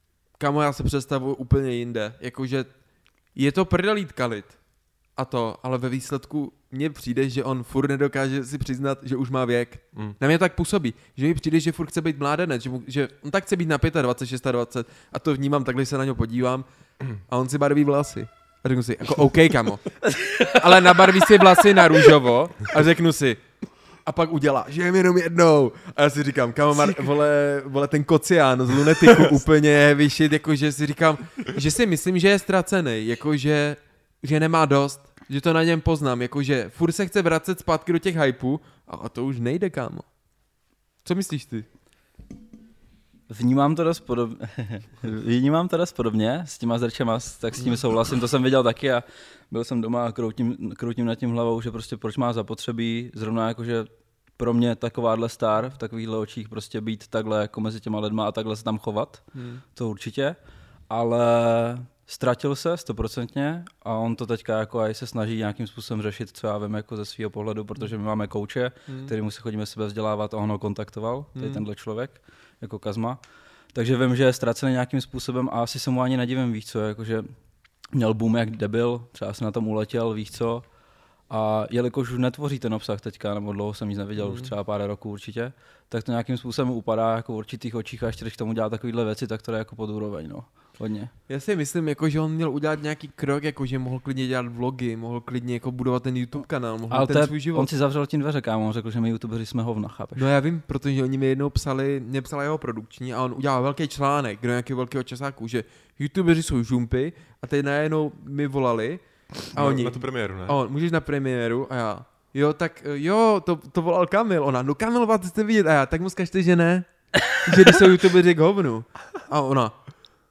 kámo, já se představuji úplně jinde. Jakože je to prdelít kalit a to, ale ve výsledku mně přijde, že on furt nedokáže si přiznat, že už má věk. Na mě tak působí, že mi přijde, že furt chce být mládenec, že on tak chce být na 25, 26 a to vnímám, takhle se na něj podívám a on si barví vlasy. A řeknu si, jako OK, kamo, ale nabarví si vlasy na růžovo a řeknu si, a pak udělá, že jem jenom jednou. A já si říkám, kamo, vole ten kocián z Lunetiku úplně vyšit, jakože si říkám, že si myslím, že je ztracený, jakože že nemá dost, že to na něm poznám, jakože furt se chce vracet zpátky do těch hypů a to už nejde, kámo. Co myslíš ty? Vnímám to dost podobně s těma zrčema, tak s tím souhlasím, to jsem viděl taky a byl jsem doma a kroutím nad tím hlavou, že prostě proč má zapotřebí zrovna jakože pro mě takováhle star v takovýchhle očích prostě být takhle jako mezi těma lidma a takhle se tam chovat, to určitě, ale ztratil se 100% a on to teďka jako aj se snaží nějakým způsobem řešit, co já vím jako ze svého pohledu, protože my máme kouče, kterýmu se chodíme sebe vzdělávat a on ho kontaktoval, tady tenhle člověk, jako Kazma. Takže vím, že je ztracený nějakým způsobem a asi se mu ani nedivím, víš co, jakože měl boom jak debil, třeba se na tom uletěl, víš co. A jelikož už netvoří ten obsah teďka, nebo dlouho jsem nic neviděl, už třeba pár roků určitě, tak to nějakým způsobem upadá jako v určitých očích a ještě když k tomu dělá takovýhle věci, tak to je jako pod úroveň, no. Hodně. Já si myslím, jako, že on měl udělat nějaký krok, jako, že mohl klidně dělat vlogy, mohl klidně jako budovat ten YouTube kanál, mohl ten svůj život. On si zavřel tím dveře, kámo, on řekl, že my YouTubeři jsme hovna, chápeš? No já vím, protože oni mi jednou mě psala jeho produkční a on udělal velký článek do nějakého velkého časáku, že YouTubeři jsou žumpy a teď najednou mi volali a oni... Na tu premiéru, ne? A on, můžeš na premiéru a já... Jo, tak jo, to volal Kamil. Ona, no Kamil, vás chcete vidět. A já, tak mu zkažte, že ne. Že když jsou YouTubeři k hovnu. A ona...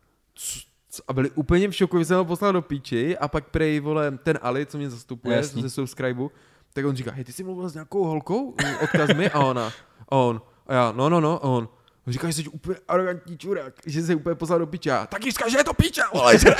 A byli úplně v šoku, že jsem ho poslal do píči a pak prej, vole, ten Ali, co mě zastupuje ze subscribeu, tak on říká, hej, ty jsi mluvil s nějakou holkou? Odkaz mi? A ona. A on. A já, no. A on říká, že jsi úplně arrogantní čurák, že se úplně poslal do píče. A taky říká, že je to píče, vole, že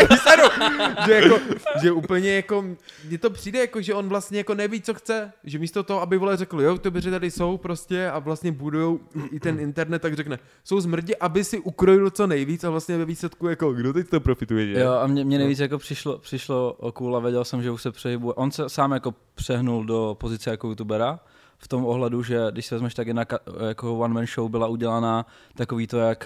že úplně jako, mně to přijde jako, že on vlastně jako neví, co chce, že místo toho, aby vole řekl, jo, YouTubeři tady jsou prostě a vlastně budujou i ten internet, tak řekne, jsou zmrdi, aby si ukrojil co nejvíc a vlastně ve výsledku jako, kdo teď to profituje, že? Jo, a mě nejvíc jako přišlo o cool a věděl jsem, že už se přehybuje, on se sám jako přehnul do pozice jako youtubera, v tom ohledu, že když se vezmeš, tak jedna jako one man show byla udělaná takový to, jak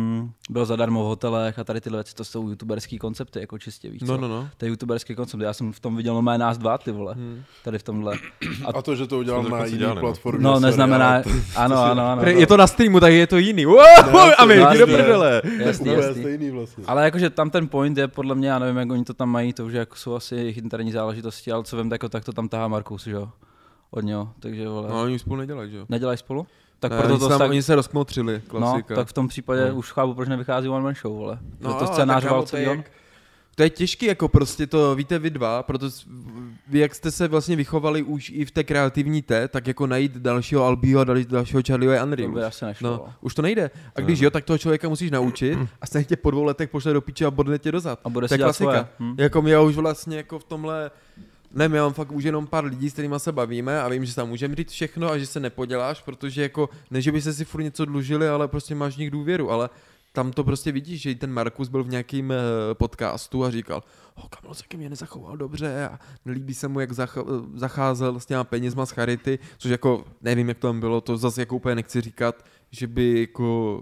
byl zadarmo v hotelech a tady tyhle věci, to jsou youtuberský koncepty, jako čistě, víš co? No. To je youtuberský koncept, já jsem v tom viděl mé nás dva, ty vole, tady v tomhle. A to, že to udělal na jiný platformě. No, neznamená, ano. Je to na streamu, tak je to jiný. A my, jdi do prdele. Jasný. Stejný vlastně. Ale jakože tam ten point je podle mě, já nevím, jak oni to tam mají, to už jako jsou asi jejich interní záležitosti, ale co vím, tak to tam tahá Markus, že jo? Od něho, takže vole. No, oni spolu nedělají, že jo? Nedělají spolu? Tak ne, proto to oni se rozkmotřili, klasika. No, tak v tom případě už chápu, proč nevychází one man show, vole. No, to scénářoval celý on. To je těžký, jako prostě to víte vy dva, proto vy, jak jste se vlastně vychovali už i v té kreativní tak jako najít dalšího Albího a dalšího Charlieho a Andrew. To by asi nešlo. No, už to nejde. A když jo, tak toho člověka musíš naučit a stejně tě po 2 letech pošle do píče a bodne tě dozad. A bude to si dělat svoje. Jako já už vlastně jako v tomhle... Ne, já mám fakt už jenom pár lidí, s kterými se bavíme a vím, že tam můžeme říct všechno a že se nepoděláš, protože jako, ne, že by se si furt něco dlužili, ale prostě máš v nich důvěru, ale tam to prostě vidíš, že i ten Markus byl v nějakým podcastu a říkal, Kamil se ke mně nezachoval dobře a nelíbí se mu, jak zacházel s těma penězma z charity, což jako, nevím, jak to tam bylo, to zase jako úplně nechci říkat, že by jako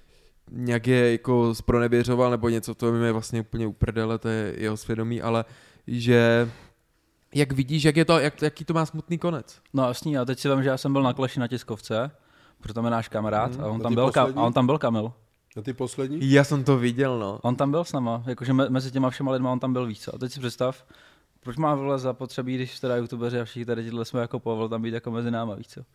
nějak je jako zpronevěřoval nebo něco, to mi je vlastně úplně uprdele, to je jeho svědomí, ale že... Jak vidíš, jaký to má smutný konec? No jasný, a teď si vím, že já jsem byl na Clashi na tiskovce, protože tam je náš kamarád a on tam byl Kamil. A ty poslední? Já jsem to viděl, no. On tam byl s náma, jakože mezi těma všema lidma on tam byl, víc. A teď si představ, proč má vole zapotřebí, když teda youtubeři a všichni tady tyhle jsme jako Pavel tam být jako mezi náma, víc co?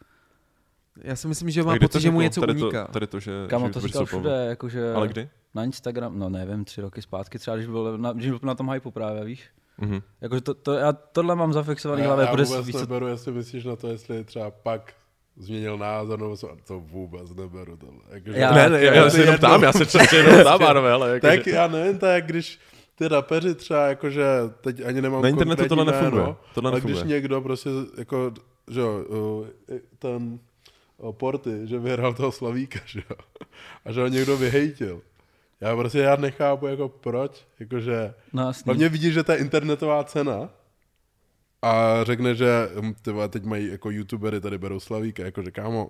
Já si myslím, že má pocit, že mu něco uniká. Tady to, že Kámo, to říkal všude, jakože... Ale kdy? Na Instagram, no nevím, 3 roky zpátky, třeba když byl na tom hypeu právě, víš? Mm-hmm. Jakože já tohle mám zafixovaný hlavě. Já vůbec neberu, jestli myslíš na to, jestli třeba pak změnil názor, nebo to vůbec neberu. Jakože, já se jenom tam, já se často jenom tam, ale jakože... Tak já nevím, tak když ty rapeři třeba, jakože teď ani nemám na internetu tohle nefunguje. Ale když někdo prostě, jako, že jo, ten Porty, že vyhrál toho Slavíka, že jo, a že ho někdo vyhejtil, Já nechápu, jako proč, jakože, No, hlavně vidíš, že to je internetová cena a řekne, že teď mají jako youtubery, tady berou Slavíka, jakože kámo,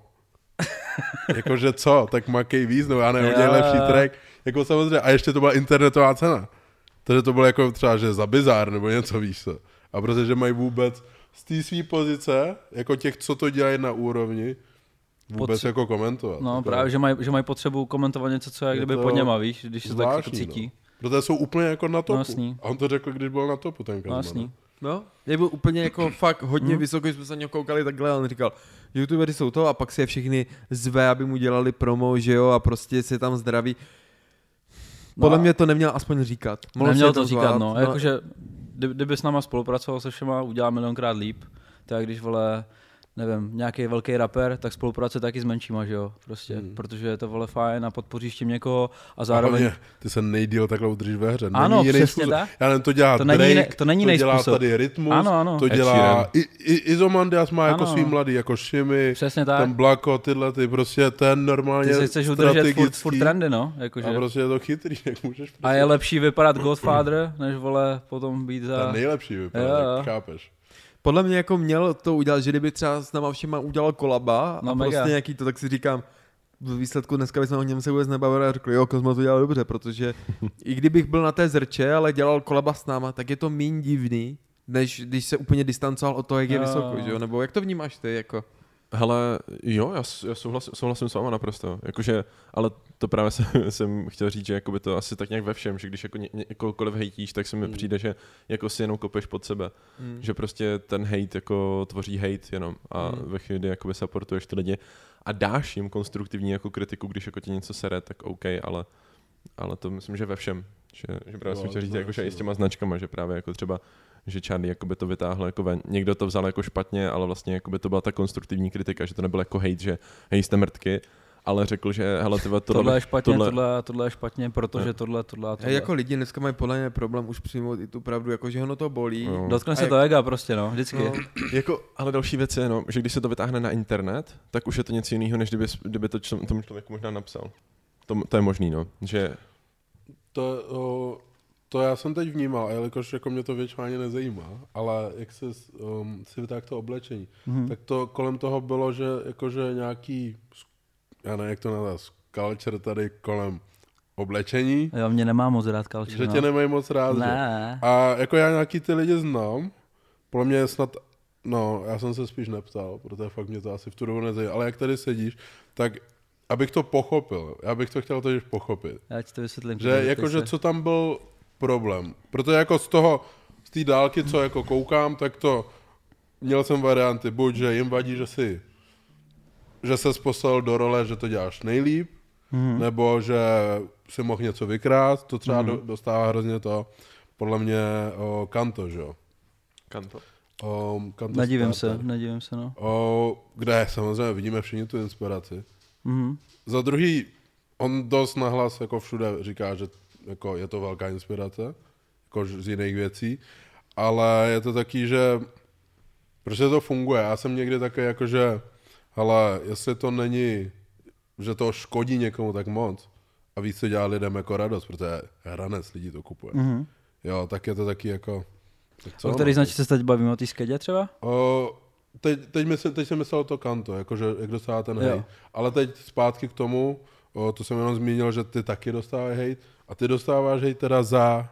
jakože co, tak makej víc, no já nevím, udělej lepší track, jako samozřejmě, a ještě to byla internetová cena, takže to bylo jako třeba, že za bizár, nebo něco, víš co, a protože mají vůbec z té své pozice, jako těch, co to dělají na úrovni, vůbec jako komentovat. No jako, právě, že mají potřebu komentovat něco, co je kdyby pod něma, víš, když se tak jako cítí. No. Protože jsou úplně jako na topu. Vlastně. A on to řekl, když byl na topu ten Kazman. No, je byl úplně jako fakt hodně vysoký, jsme se na něho koukali takhle, a on říkal, youtubery jsou to a pak si je všechny zve, aby mu dělali promo, že jo, a prostě se tam zdraví. Podle mě to neměl aspoň říkat. Neměl to říkat, no. Jakože, kdyby s náma spolupracoval se všema, udělá milionkrát líp, tak když vole, nevím, nějaký velký rapper, tak spolupracuje taky s menšíma, že jo, prostě, protože je to vole fajn a podpoříš tím někoho a zároveň... Ty se nejdýl takhle udržíš ve hře. Ano, přesně tak. Já nevím, to dělá to Drake, to není to dělá způsob. Tady Rytmus, ano. to dělá Izomandias má jako svý mladý, jako Shimmy, přesně tak. ten Blako, tyhle, ty prostě ten normálně ty si chceš udržet furt trendy, no. Jakože. A prostě je to chytrý, jak můžeš prostě... A je lepší vypadat Godfather, než vole potom být za... To nejlepší vypadat, chápeš. Podle mě jako měl to udělat, že kdyby třeba s náma všema udělal kolaba a prostě nějaký to, tak si říkám, v výsledku dneska bychom o něm se vůbec nebavili a řekli, jo, Kozma to dělal dobře, protože i kdybych byl na té zrče, ale dělal kolaba s náma, tak je to méně divný, než když se úplně distancoval od toho, jak je vysoko, že jo? Nebo jak to vnímáš ty, jako? Hele, jo, já souhlasím s váma naprosto, jakože, ale to právě jsem chtěl říct, že jakoby to asi tak nějak ve všem, že když jako někoukoliv hejtíš, tak se mi přijde, že jako si jenom kopeš pod sebe, že prostě ten hejt jako tvoří hejt jenom a ve chvíli, kdy jakoby supportuješ ty lidi a dáš jim konstruktivní jako kritiku, když jako ti něco sere, tak OK, ale to myslím, že ve všem, že právě jsem chtěl říct, jako, že i s těma značkama, že právě jako třeba že Charlie jakoby to vytáhl jako ven. Někdo to vzal jako špatně, ale vlastně jakoby to byla ta konstruktivní kritika, že to nebylo jako hate, že hej, jste mrtky, ale řekl, že hele, tohle je špatně, tohle je špatně, protože tohle. Jako lidi dneska mají podle mě problém už přijmout i tu pravdu, jako že ono to bolí. No. Dotkne se to ega prostě, no, vždycky. No, jako, ale další věc je, no, že když se to vytáhne na internet, tak už je to něco jiného, než kdyby to tomu člověku možná napsal. To je možný, no, že... To já jsem teď vnímal, jelikož jako mě to většinou ani nezajímá, ale jak si vytáhl to oblečení, tak to kolem toho bylo, že jakože nějaký, já nevím, jak to nazvat, culture tady kolem oblečení. Jo, mě nemá moc rád culture. Že tě nemají moc rád. Ne. A jako já nějaký ty lidi znám, podle mě snad, já jsem se spíš neptal, protože fakt mě to asi v tu dobu nezajímá, ale jak tady sedíš, tak abych to pochopil, já bych to chtěl totiž pochopit. Já ti to vysvětlím. Že jakože co tam byl problém. Protože jako z té dálky, co jako koukám, tak to měl jsem varianty, buď, že jim vadí, že ses poslal do role, že to děláš nejlíp, nebo že si mohl něco vykrát, to třeba dostává hrozně to, podle mě Kanto, že jo? Kanto. Nedivím se, no. Kde samozřejmě vidíme všichni tu inspiraci. Za druhý, on dost nahlas jako všude říká, že jako je to velká inspirace, jako z jiných věcí, ale je to taky, že protože to funguje. Já jsem někdy taky jako, že hele, jestli to není, že to škodí někomu tak moc a víc se dělá lidem jako radost, protože hranec lidí to kupuje. Jo, tak je to taky jako... O který značce se teď bavíme, o té skedě třeba? Teď jsem myslel to Kanto, jakože jak dostává ten hejt. Ale teď zpátky k tomu, to jsem jenom zmínil, že ty taky dostávají hejt a ty dostáváš hejt teda za...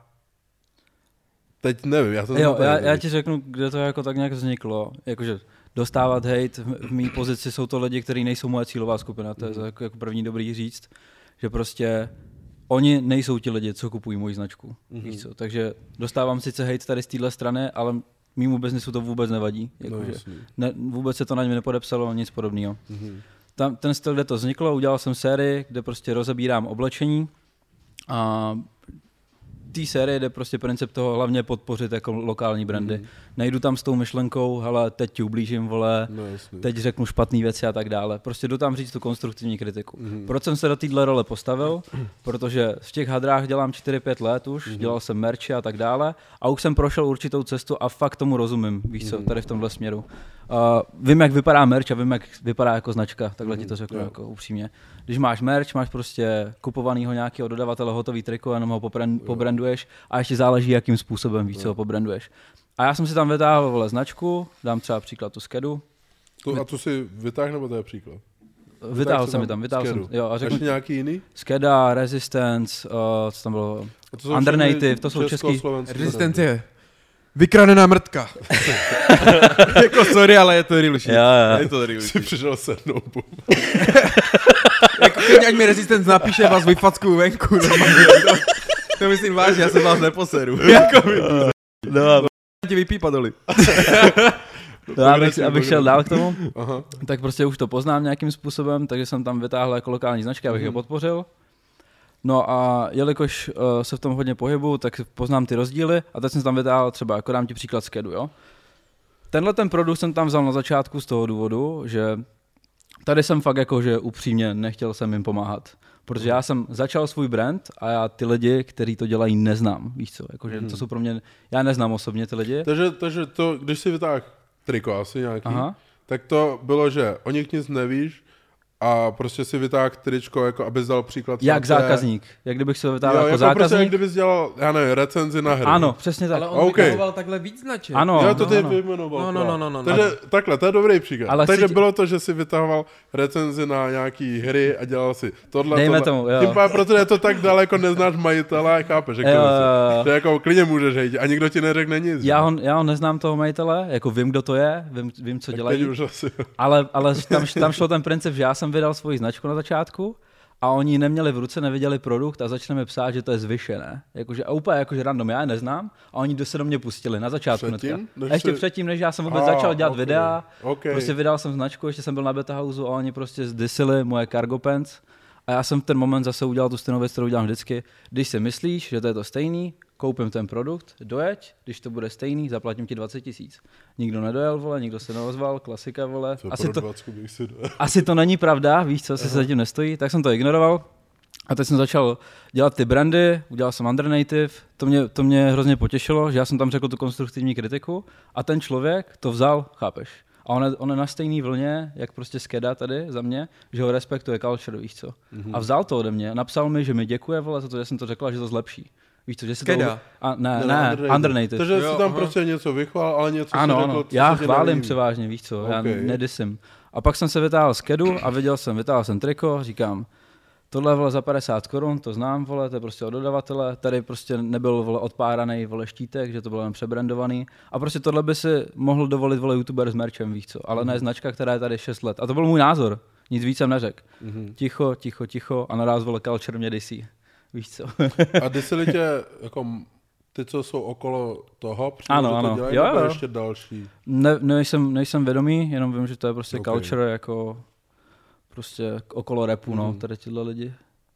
Teď nevím, já ti řeknu, kde to jako tak nějak vzniklo. Jakože dostávat hejt v mý pozici jsou to lidi, kteří nejsou moje cílová skupina, to je jako první dobrý říct, že prostě oni nejsou ti lidi, co kupují moji značku. Víš co? Takže dostávám sice hejt tady z téhle strany, ale mýmu biznesu to vůbec nevadí. Jakože vůbec se to na něm nepodepsalo, nic podobného. Tam ten styl, kde to vzniklo, udělal jsem sérii, kde prostě rozebírám oblečení a té série jde prostě princip toho hlavně podpořit jako lokální brandy. Nejdu tam s tou myšlenkou, hele, teď ti ublížím, vole, teď řeknu špatný věci a tak dále. Prostě jdu tam říct tu konstruktivní kritiku. Proč jsem se do téhle role postavil? Protože v těch hadrách dělám 4-5 let už, dělal jsem merči a tak dále a už jsem prošel určitou cestu a fakt tomu rozumím, víš co, tady v tomhle směru. Vím, jak vypadá merch a vím, jak vypadá jako značka, takhle ti to řeknu jako upřímně. Když máš merch, máš prostě kupovanýho nějakého dodavatele hotový triko, jenom ho pobranduješ a ještě záleží, jakým způsobem víš, co ho pobranduješ. A já jsem si tam vytáhl značku, dám třeba příklad tu Skedu. A to si vytáhl, nebo to je příklad? Vytáhl jsem mi tam, jo, a řeknu, nějaký jiný? Skeda, Resistance, co tam bylo, Undernative, to jsou český. Resistance je vykradená mrtka. Jako sorry, ale je to real shit. Je to real shit. Jsi přišel sednout. Jako ať mi Resistance napíše, vás vyfackuju venku. To myslím vážně, já se vás neposeru. Jako ti vypípat doli. Abych šel dál k tomu, tak prostě už to poznám nějakým způsobem, takže jsem tam vytáhl jako lokální značky, abych je podpořil. No a jelikož se v tom hodně pohybu, tak poznám ty rozdíly a teď jsem tam vytáhl třeba, jako dám ti příklad Skedu, jo. Tenhle ten produkt jsem tam vzal na začátku z toho důvodu, že tady jsem fakt jako, že upřímně nechtěl jsem jim pomáhat. Protože já jsem začal svůj brand a já ty lidi, kteří to dělají, neznám, víš co, jakože to jsou pro mě, já neznám osobně ty lidi. Takže to, když si vytáhl triko asi nějaký, tak to bylo, že o nich nic nevíš a prostě si vytáhl tričko, jako abys dal příklad. Jak zákazník, jak kdybych si ho vytáhl jako zákazník. Prostě jak kdybys dělal, já nevím, recenzi na hry. Ano, přesně tak. Ale on vytahoval takhle víc značek. Ano. Jo, to ty vyjmenoval. No. Takže takhle, to je dobrý příklad. Takže bylo to, že si vytahoval recenzi na nějaký hry a dělal si tohle. Dejme tomu, jo. Tím pádem, protože je to tak daleko, neznáš majitele, chápeš, že jako klidně můžeš hejt a nikdo ti neřekne nic. Já ho neznám toho majitele, jako vím, kdo to je, vím co dělají. Ale tam šlo ten princip, že já jsem vydal svoji značku na začátku a oni neměli v ruce, neviděli produkt a začali mi psát, že to je zvyšené. Jakože, a úplně jakože random, já je neznám a oni se do mě pustili na začátku. Ještě předtím, než já jsem vůbec začal dělat videa, prostě vydal jsem značku, ještě jsem byl na Beta Houseu a oni prostě zdisili moje cargo pants a já jsem v ten moment zase udělal tu stejnou věc, kterou dělám vždycky. Když si myslíš, že to je to stejný, koupím ten produkt, dojeď, když to bude stejný, zaplatím ti 20 000. Nikdo nedojel, vole, nikdo se neozval, klasika, vole. Asi to není pravda, víš co, si se zatím nestojí, tak jsem to ignoroval. A teď jsem začal dělat ty brandy, udělal jsem Undernative, to mě hrozně potěšilo, že já jsem tam řekl tu konstruktivní kritiku a ten člověk to vzal, chápeš. A on je na stejný vlně, jak prostě Skeda tady za mě, že ho respektuje culture, víš co. A vzal to ode mě, napsal mi, že mi děkuje, vole, za to, že jsem to řekla, že to zlepší. Víš co, že si Skeda. Ne, Undernative. Takže jsi tam prostě něco vychvál, ale něco ano, si řekl, já chválím převážně, víš co, já nedisím. A pak jsem se vytáhl Skedu a vytáhl jsem triko, říkám, tohle vole za 50 korun, to znám, vole, to je prostě od dodavatele, tady prostě nebyl vole odpáraný vole štítek, že to bylo jen přebrandovaný a prostě tohle by si mohl dovolit vole youtuber s merchem, víš co, ale ne značka, která je tady 6 let. A to byl můj názor, nic víc jsem neřekl. Ticho a naraz vole culture mě disí, víš co. A disili tě jako ty, co jsou okolo toho, ano. To dělají, nebo ještě další? Nejsem vědomý, jenom vím, že to je prostě culture jako prostě okolo rapu, no, tady tyhle lidi.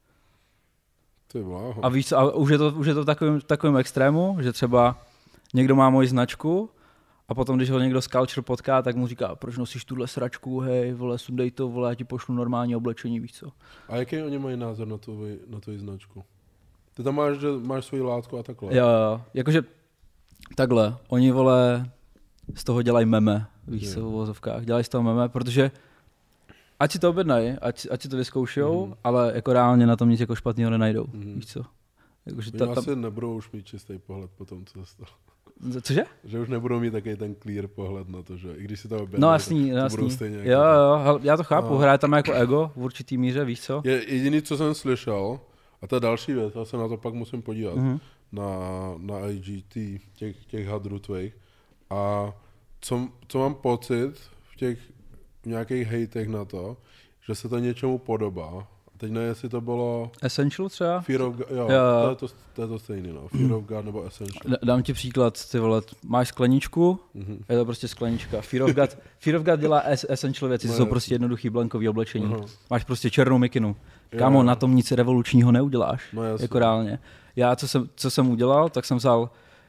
A víš, a už je to v takovém extrému, že třeba někdo má moji značku a potom, když ho někdo z culture potká, tak mu říká, proč nosíš tuhle sračku, hej, vole, sundej to, vole, já ti pošlu normální oblečení, víš co. A jaký oni mají názor na tvoji značku? Ty tam máš svoji látku a takhle. Jo, jakože takhle, oni, vole, z toho dělají meme, víš co, v uvozovkách, dělají z toho meme, protože ať si to objednají, ať si to vyzkoušejou, ale jako reálně na tom nic jako špatného nenajdou, víš co. Jakože asi nebudou už mít čistý pohled po tom, co se stalo. Cože? Že už nebudou mít takový ten clear pohled na to, že i když si to objednají, no jasný. budou stejně jo, já to chápu, hraje tam jako ego v určitý míře, víš co. Jediný, co jsem slyšel, a to je další věc, já se na to pak musím podívat, na IGT, těch hadrů tvých, a co mám pocit v těch nějakých hejtech na to, že se to něčemu podobá. A teď ne, jestli to bylo Essential třeba? Fear of God, jo. To je to stejný, no. Fear of God nebo Essential. Dám ti příklad, ty vole, máš skleničku, je to prostě sklenička. Fear of God dělá Essential věci, jsou prostě jednoduchý blankový oblečení. Máš prostě černou mikinu. Kámo, na tom nic revolučního neuděláš, jako reálně. Já, co jsem udělal, tak jsem vzal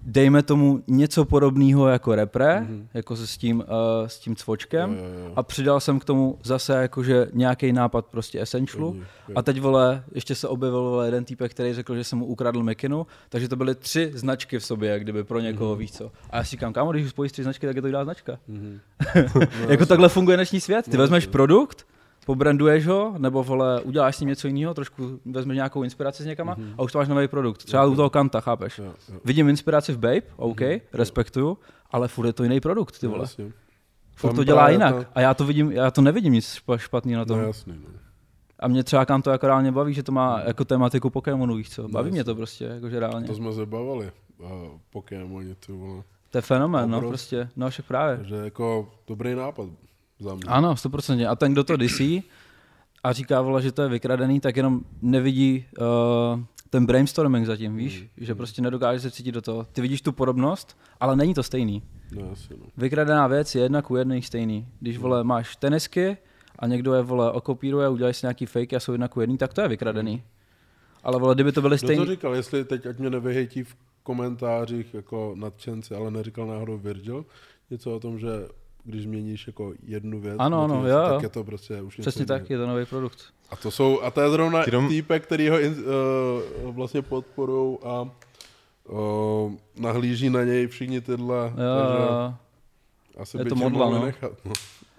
dejme tomu něco podobného jako repre, jako se s tím cvočkem a přidal jsem k tomu zase jakože nějaký nápad prostě Essentialu a teď vole, ještě se objevil jeden týpek, který řekl, že jsem mu ukradl mikinu, takže to byly 3 značky v sobě, jak kdyby pro někoho, víš co. A já si říkám, kámo, když spojíš 3 značky, tak je to jiná značka. Jako takhle funguje dnešní svět, ty vezmeš produkt, pobranduješ ho, nebo vole, uděláš s ním něco jiného, trošku vezmeš nějakou inspiraci s někama a už to máš nový produkt. Třeba u toho Kanta, chápeš? Vidím inspiraci v Babe, OK, respektuju, ale furt je to jiný produkt, ty vole. Furt to dělá jinak. A já to nevidím nic špatného na tom. A mě třeba Kanto jako reálně baví, že to má jako tematiku Pokémonů, víš co? Baví mě to prostě, jakože reálně. To jsme se bavili, Pokémoni, ty vole. To je fenomén, no prostě, no však právě. Takže jako dobrý nápad. Ano, 100%. A ten, kdo to disí a říká, vole, že to je vykradený, tak jenom nevidí ten brainstorming zatím, víš? Že prostě nedokáže se cítit do toho. Ty vidíš tu podobnost, ale není to stejný. No, asi, no. Vykradená věc je 1:1 stejný. Když, vole, máš tenisky a někdo je, vole, okopíruje, udělají si nějaký fake a jsou 1:1, tak to je vykradený. Ale, vole, kdyby to byly stejný... Kdo to říkal, jestli teď, ať mě nevyhejtí v komentářích jako nadšenci, ale neříkal náhodou Virgil něco o tom, že když měníš jako jednu věc, ano, tak je to prostě už přesně tak, jiného. je to nový produkt. A to je zrovna týpek, který ho vlastně podporujou a nahlíží na něj všichni tyhle, takže asi je by to tě modla, mohli no. nechat. No.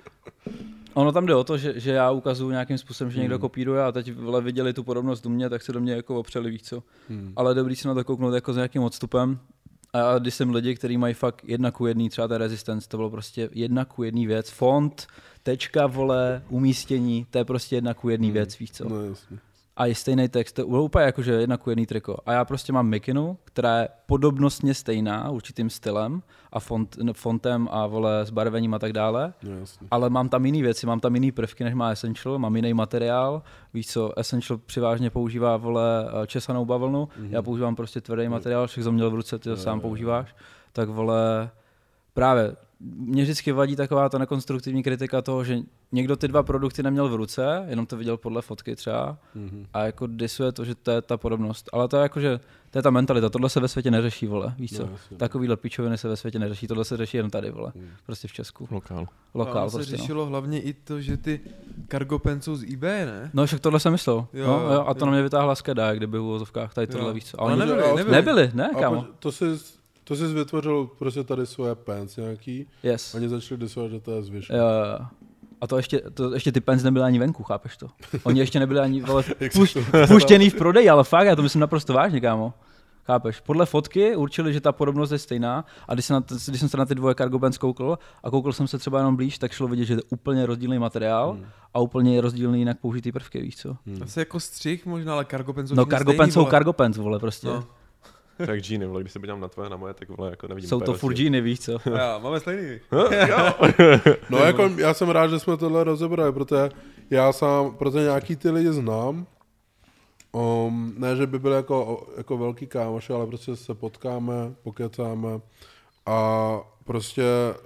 Ono tam jde o to, že já ukazuju nějakým způsobem, že někdo kopíruje a teď vole viděli tu podobnost u mě, tak se do mě jako opřeli, víš co. Ale dobrý se na to kouknout jako s nějakým odstupem. A když jsem lidi, kteří mají fakt 1:1, třeba ta Resistance, to bylo prostě 1:1 věc. Font, tečka, vole, umístění, to je prostě 1:1 věc, víš co. No, jasně. A je stejný text, to bylo úplně jakože 1:1 triko. A já prostě mám mikinu, která je podobnostně stejná určitým stylem a fontem a vole s barvením a tak dále. No, ale mám tam jiný věci, mám tam jiný prvky, než má Essential, mám jiný materiál. Víš co, Essential převážně používá vole česanou bavlnu, já používám prostě tvrdý materiál, však jsem měl v ruce, ty to sám používáš. Tak vole, právě mě vždycky vadí taková ta nekonstruktivní kritika toho, že někdo ty 2 produkty neměl v ruce, jenom to viděl podle fotky třeba a jako disuje to, že to je ta podobnost. Ale to je jako, že to je ta mentalita, tohle se ve světě neřeší, vole, víš co? Takovýhle pičoviny se ve světě neřeší, tohle se řeší jen tady, vole, prostě v Česku. Lokál se prostě, řešilo hlavně i to, že ty cargo pants jsou z eBay, ne? No však tohle jsem myslel, jo, a to na mě vytáhla Skeda, jak kdyby v uvozovkách tady tohle, víš co? Ale nebyli, ne, kámo? To jsi vytvořil prostě tady svoje pants nějaký. Yes. Oni začali disovat, že to je zvyšné. Jo. A to ještě ty pants nebyly ani venku, chápeš to? Oni ještě nebyli ani puštěný v prodeji, ale fakt, já to myslím naprosto vážně, kámo. Chápeš? Podle fotky určili, že ta podobnost je stejná a když jsem se na ty 2 cargo pants koukl a koukl jsem se třeba jenom blíž, tak šlo vidět, že je úplně rozdílný materiál a úplně rozdílný jinak použitý prvky, víš co? Asi jako střih možná, ale cargo pants jsou no cargo pants jsou cargo pants, vole, prostě. No. Tak džíny, vole, když se podívám na tvoje, na moje, tak vole, jako nevidím. Jsou to furt džíny, víš co? Já, máme stejný. No jako já jsem rád, že jsme tohle rozebrali, protože nějaký ty lidi znám. Ne, že by byli jako velký kámoši, ale prostě se potkáme, pokecáme a prostě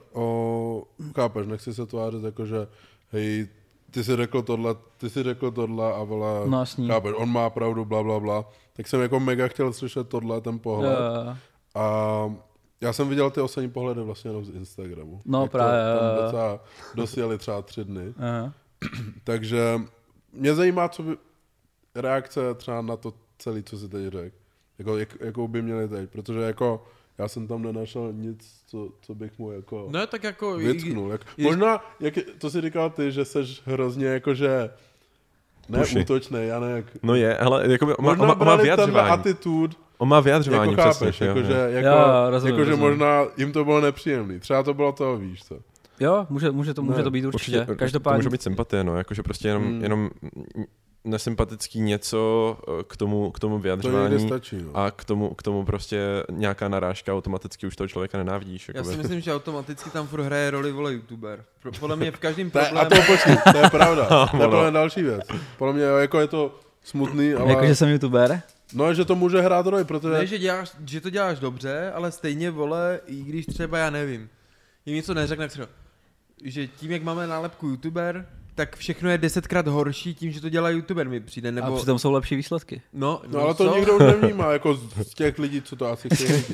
chápeš, nechci se tvářit jako, že hej, ty jsi řekl tohle a vole, no, chápeš, on má pravdu, bla, bla, bla. Tak jsem jako mega chtěl slyšet tohle, ten pohled. A já jsem viděl ty ostatní pohledy vlastně jenom z Instagramu. No jak právě. Tam docela dosjeli třeba 3 dny. Takže mě zajímá, co by reakce třeba na to celé, co si teď řekl. Jako, jakou by měli teď, protože jako já jsem tam nenašel nic, co bych mu jako no, tak jako vytknul. Možná, to si říkal ty, že seš hrozně jakože neútočnej, Janek. No je, ale jako má vyjadřování. On má vyjadřování, jako chápeš, přesně. Jakože možná jim to bylo nepříjemný. Třeba to bylo to, víš co. Jo, může to být určitě. Každopádně. To může být sympatie, no, jakože prostě jenom nesympatický něco k tomu vyjadřování stačí, no. A k tomu prostě nějaká narážka automaticky už toho člověka nenávidíš. Já si myslím, že automaticky tam furt hraje roli, vole, youtuber. Podle mě v každém problému... A to je pravda. To je další věc. Podle mě jako je to smutný, ale... Jakože jsem youtuber? No, že to může hrát roli, protože... Ne, že to děláš dobře, ale stejně, vole, i když třeba, já nevím, jim něco neřekne, třeba, že tím, jak máme nálepku youtuber, tak všechno je 10krát horší tím, že to dělá YouTuber, mi přijde, nebo... A přitom jsou lepší výsledky. No ale to nikdo už nevnímá, jako z těch lidí, co to asi chtějí.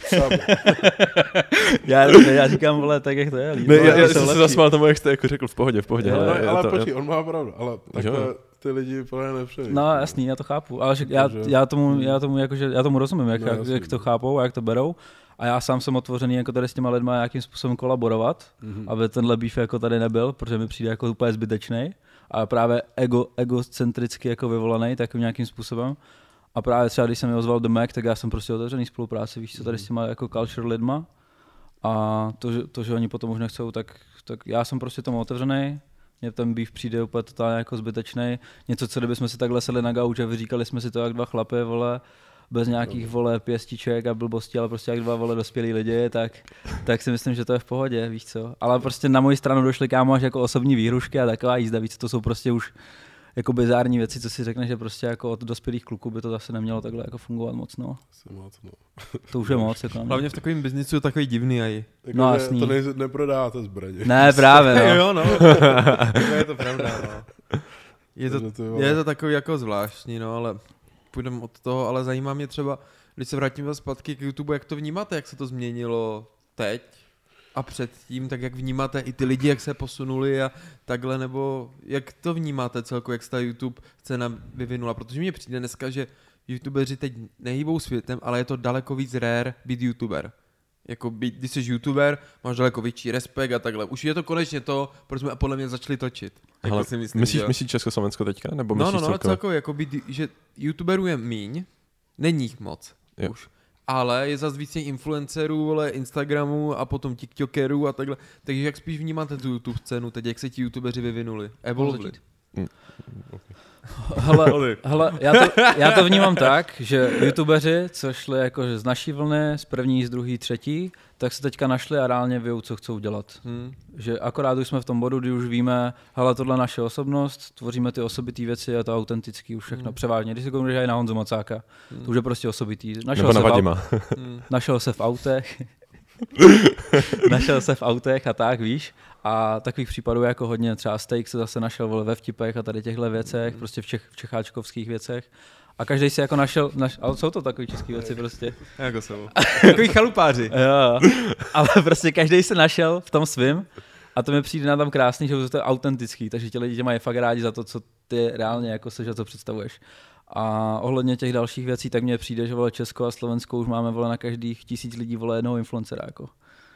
Já říkám, vole, tak jak to je. Ne, já jsem se zasmál tomu, jak jste jako řekl, v pohodě. Ale počkej, on má pravdu, ale takhle ty lidi právě nepřemýšlí. No jasný, já to chápu, ale já tomu rozumím, jak to chápou a jak to berou. A já sám jsem otvořený jako tady s těma lidma nějakým způsobem kolaborovat, aby tenhle beef jako tady nebyl, protože mi přijde jako úplně zbytečný a právě egocentricky jako vyvolaný takovým nějakým způsobem. A právě třeba když jsem mi ozval The Mac, tak já jsem prostě otevřený spolupráci, víš co, tady s těma jako culture lidma. A to, že oni potom už nechcou, tak já jsem prostě tomu otevřený. Mně ten beef přijde úplně totálně jako zbytečný. Něco, co kdybychom si takhle sedli na gauč a vyříkali jsme si to jak dva chlapy, vole, bez nějakých, vole, pěstiček a blbostí, ale prostě jak dva, vole, dospělí lidi, tak si myslím, že to je v pohodě, víš co. Ale prostě na moji stranu došly kámo až jako osobní výhrušky a taková jízda, víc, to jsou prostě už jako bizární věci, co si řekne, že prostě jako od dospělých kluků by to zase nemělo takhle jako fungovat moc, no. To už je moc, jako. Hlavně v takovém biznisu je takový divný aj. Jako, no jasný. To neprodáváte zbraně. Ne, právě, no. Jo, no. Je to pravda, no. Je to takový jako zvláštní, no, ale půjdeme od toho, ale zajímá mě třeba, když se vrátím zpátky k YouTube, jak to vnímáte, jak se to změnilo teď a předtím, tak jak vnímáte i ty lidi, jak se posunuli a takhle, nebo jak to vnímáte celkově, jak se ta YouTube scéna vyvinula, protože mně přijde dneska, že YouTubeři teď nehýbou světem, ale je to daleko víc rare být YouTuber. Jako když jsi YouTuber, máš daleko větší respekt a takhle. Už je to konečně to, proč jsme podle mě začali točit. Ale si myslím, myslíš Československo teďka? Nebo myslíš celkově jako že YouTuberů je míň, není jich moc už. Ale je zase víc těch influencerů, vole, Instagramů a potom TikTokerů a takhle. Takže jak spíš vnímáte tu YouTube scénu teď, jak se ti YouTubeři vyvinuli, evolvili? Hele, já to vnímám tak, že YouTubeři, co šli jako z naší vlny, z první, z druhý, třetí, tak se teďka našli a reálně vědou, co chcou dělat. Že akorát už jsme v tom bodu, kdy už víme, hele, tohle je naše osobnost, tvoříme ty osobitý věci, je to autentický už všechno, převážně. Když se koukneš i na Honzu Macáka, to už je prostě osobitý. Našel se v autech. Našel se v autech a tak, víš. A takových případů je jako hodně, třeba Steak se zase našel, vole, ve vtipech a tady těchto věcech, prostě v čecháčkovských věcech. A každý si jako našel, ale jsou to takové české věci prostě. Jako jsou. Takový chalupáři. Jo, ale prostě každý se našel v tom svým a to mi přijde na tam krásný, že to je autentický, takže ti lidi tě mají fakt rádi za to, co ty reálně jako seš a co představuješ. A ohledně těch dalších věcí, tak mně přijde, že vole Česko a Slovensko už máme vole na každých 1000 lidí vole jednoho influencera jako.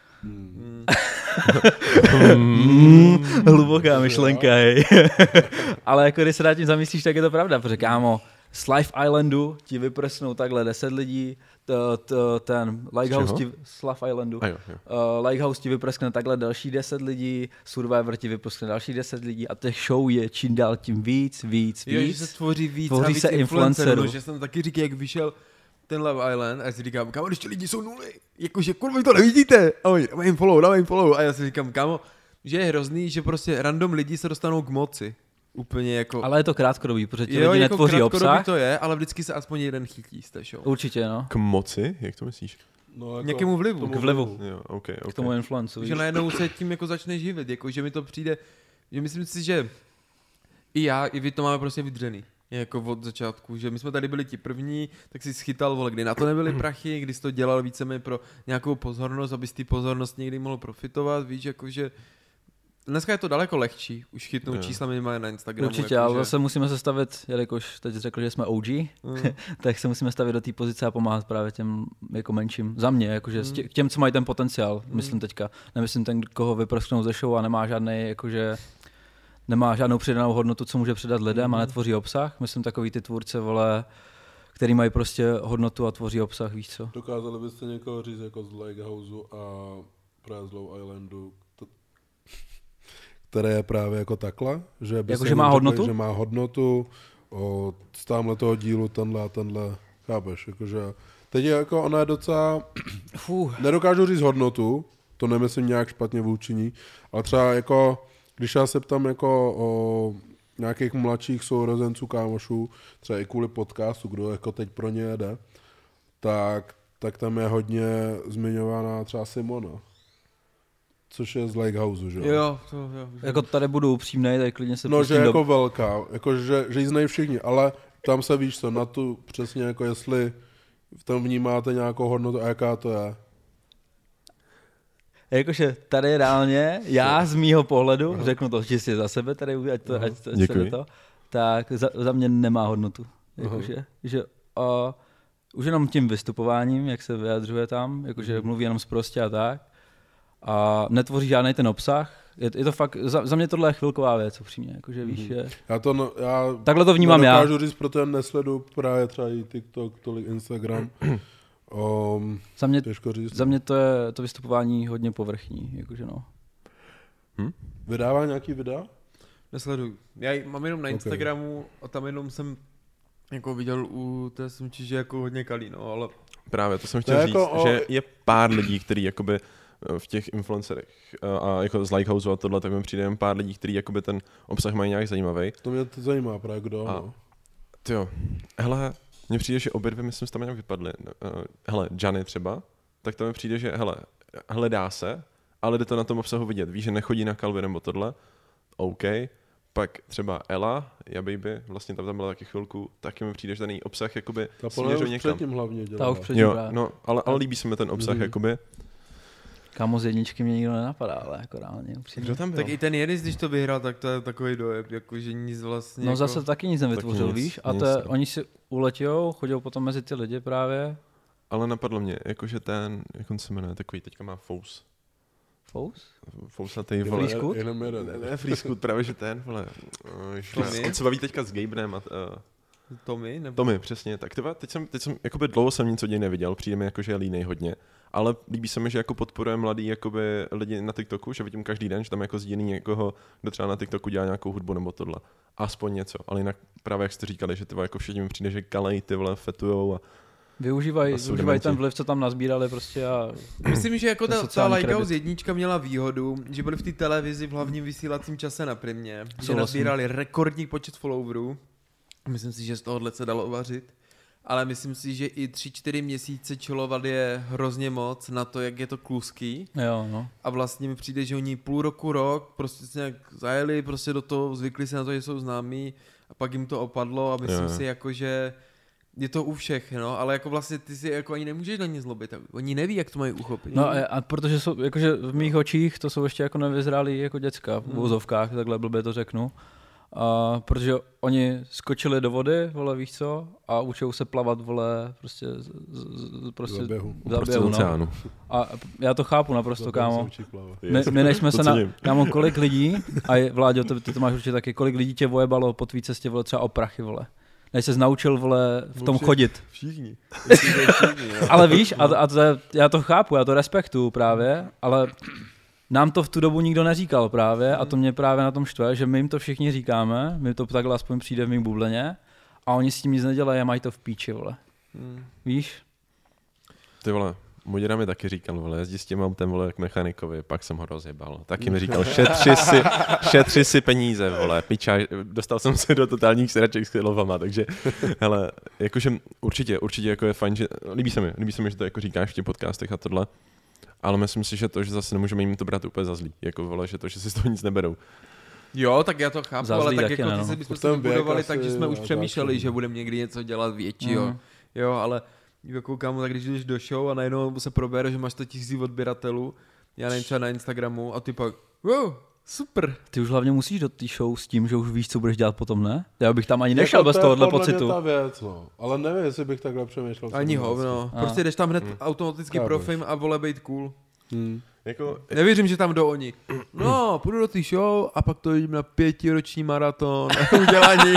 Hluboká myšlenka, hej. Ale jako když se nad tím zamyslíš, tak je to pravda, protože kámo, z Life Islandu ti vyprsknou takhle 10 lidí, ten Lighthouse ti, z Life Islandu, Lighthouse ti vyprskne takhle další 10 lidí, Survivor ti vyprskne další 10 lidí a těch show je čím dál tím víc. Jo, že se tvoří víc tvoří a víc se influencerů. Že jsem taky říkal, jak vyšel ten Love Island a já si říkám, kámo, když ti lidi jsou nuly, jakože kurva, vy to nevidíte, a oni, dávaj jim follow a já si říkám, kámo, že je hrozný, že prostě random lidi se dostanou k moci. Úplně jako... Ale je to krátkodobý, protože ti lidi netvoří obsah. To je, ale vždycky se aspoň jeden chytí z té show. Určitě, no. K moci? Jak to myslíš? No, jako nějakému vlivu. K vlivu. Jo, okay. K tomu influencu. Že najednou se tím jako začne živit, jako že mi to přijde, že myslím si, že i já, i vy to máme prostě vydřený. Jako od začátku, že my jsme tady byli ti první, tak si schytal, vole, kdy na to nebyly prachy, kdy jsi to dělal víceméně pro nějakou pozornost, aby z té pozornost někdy mohl profitovat, víš, jakože dneska je to daleko lehčí, už chytnout čísla minimálně na Instagramu. Určitě, ale zase musíme se stavit, jelikož teď řekl, že jsme OG, tak se musíme stavit do té pozice a pomáhat právě těm jako menším. Za mě, jakože k těm, co mají ten potenciál, myslím teďka. Nemyslím ten, koho vyprsknou ze show a nemá žádnej, jakože nemá žádnou přidanou hodnotu, co může předat lidem a netvoří obsah. Myslím takový ty tvůrce, vole, který mají prostě hodnotu a tvoří obsah, víš co. Dokázali byste někoho říct jako z Lighthouse a Love Islandu, které je právě jako takhle, že by že má hodnotu? Že má hodnotu z tamhletoho dílu tenhle, chápeš, jakože teď je jako ona je docela, nedokážu říct hodnotu, to nemyslím nějak špatně vůči ní, ale třeba jako, když já se ptám jako o nějakých mladších sourozenců, kámošů, třeba i kvůli podcastu, kdo jako teď pro ně jede, tak tam je hodně zmiňovaná třeba Simona. což je z Lighthouse, že Jo. Jako tady budu upřímnej, tak klidně se no, že je jako velká, jako že ji znají všichni, ale tam se víš co, na tu přesně jako jestli v tom vnímáte nějakou hodnotu a jaká to je. Jakože tady reálně, já z mýho pohledu, řeknu to čistě za sebe, tady ať se to, tak za mě nemá hodnotu. Jakože, že už jenom tím vystupováním, jak se vyjadřuje tam, jakože mluví jenom sprostě a tak, a netvoří žádný ten obsah. Je to fakt, za mě tohle je chvilková věc, upřímně, jakože víš, že... Já takhle to vnímám já. Nedokážu říct, protože nesledu právě třeba i TikTok, tolik Instagram. Za mě to je to vystupování hodně povrchní, jakože no. Vydává nějaký videa? Nesleduju. Já mám jenom na Instagramu a tam jenom jsem jako viděl té smči, že jako hodně kalí, no, ale... Právě, to jsem chtěl říct, že je pár lidí, který jakoby v těch influencerech a jako z Lighthouse a tohle, tak mi přijde jen pár lidí, kteří jakoby ten obsah mají nějak zajímavý. To mě to zajímá právě kdo. No. Tyjo, hele, mně přijde, že obě dvě, myslím, tam nějak vypadly. Hele, Johnny třeba, tak to mi přijde, že hele, hledá se, ale jde to na tom obsahu vidět. Víš, že nechodí na kalvy nebo tohle, OK. Pak třeba Ella, Baby, vlastně tam byla taky chvilku, taky mi přijde, že ten její obsah jakoby směřuje někam. Předtím hlavně dělá. Ta už předtím no, ale líbí se mi ten obsah, jakoby. Kámo, z jedničky mě nikdo nenapadá, ale jako reálně. Kdo tam byl? Tak i ten Jenis, když to vyhrál, tak to je takový dojeb, jakože nic vlastně... No jako... zase taky nic nevytvořil, víš? A oni si uletějou, chodí potom mezi ty lidi právě. Ale napadlo mě, jakože ten, jak on se jmenuje, takový, teďka má Fous. Fousatej, vole. Freescoot? Ne, Freescoot, právě, že ten, vole. On se baví teďka s Gabrem a... Tommy? Nebo... Tommy, přesně. Tak teď jsem jakoby dlouho jsem nic od něj neviděl, přijde mi jako, že je línej hodně. Ale líbí se mi, že jako podporuje mladý jakoby lidi na TikToku, že vidím každý den, že tam jako sdílí někoho, kdo třeba na TikToku dělá nějakou hudbu nebo tohle. Aspoň něco. Ale jinak právě jak jste říkali, že ty jako všichni mi přijde, že kalej, ty vole, fetujou a využívají ten vliv, co tam nazbírali prostě a... Myslím, že jako ta Lighthouse jednička měla výhodu, že byli v té televizi v hlavním vysílacím čase na Primě, že nazbírali rekordní počet followerů. Myslím si, že z tohohle se dalo uvařit. Ale myslím si, že i 3-4 měsíce čilovat je hrozně moc na to, jak je to kluský. Jo, no. A vlastně mi přijde, že oni půl roku, rok prostě se nějak zajeli prostě do toho, zvykli se na to, že jsou známí a pak jim to opadlo a myslím si jako, že je to u všech, no, ale jako vlastně ty si jako ani nemůžeš na ně zlobit, oni neví, jak to mají uchopit. No a protože jsou, jakože v mých očích to jsou ještě jako nevyzrálí jako děcka v úzovkách, takhle blbě to řeknu. Protože oni skočili do vody, vole, víš co, a učou se plavat, vole, prostě za běhu. No. A já to chápu naprosto, kámo. My než jsme se kámo, kolik lidí, a Vláďo, ty to máš určitě taky, kolik lidí tě vojebalo po tvý cestě, vole, třeba o prachy, vole. Než se naučil, vole, v tom chodit. Všichni. Ale víš, já to chápu, já to respektuju právě, ale nám to v tu dobu nikdo neříkal právě a to mě právě na tom štve, že my jim to všichni říkáme, mi to takhle aspoň přijde v mým bubleně a oni s tím nic nedělají a mají to v píči, vole. Víš? Ty vole, můj děda mi taky říkal, vole, jezdí s tím autem, vole, k mechanikovi, pak jsem ho rozjebal. Taky mi říkal, šetři si peníze, vole, piča, dostal jsem se do totálních sedaček s lovama, takže, hele, jakože určitě jako je fajn, že, líbí se mi, že to jako říkáš v těch podcastech a tohle, ale myslím si, že to, že zase nemůžeme jim to brát úplně za zlý, jako vole, že to, že si z toho nic neberou. Jo, tak já to chápu, Zazlý ale tak taky jako ne, ty si bychom se vybudovali tak, že jsme už přemýšleli, že budeme někdy něco dělat většího. Jo, ale jako kámo, tak když jdeš do show a najednou se probere, že máš 100 000 odběratelů, já nevím, třeba na Instagramu a ty pak, wow, super. Ty už hlavně musíš do té show s tím, že už víš, co budeš dělat potom, ne? Já bych tam ani nešel bez tohohle pocitu. To je věc, no. Ale nevím, jestli bych takhle přemýšlel. Ani hovno. Prostě jdeš tam hned automaticky profim a vole bejt cool. Jako, nevěřím, že tam jdou oni. No, půjdu do té show a pak to jdím na 5roční maraton a udělání.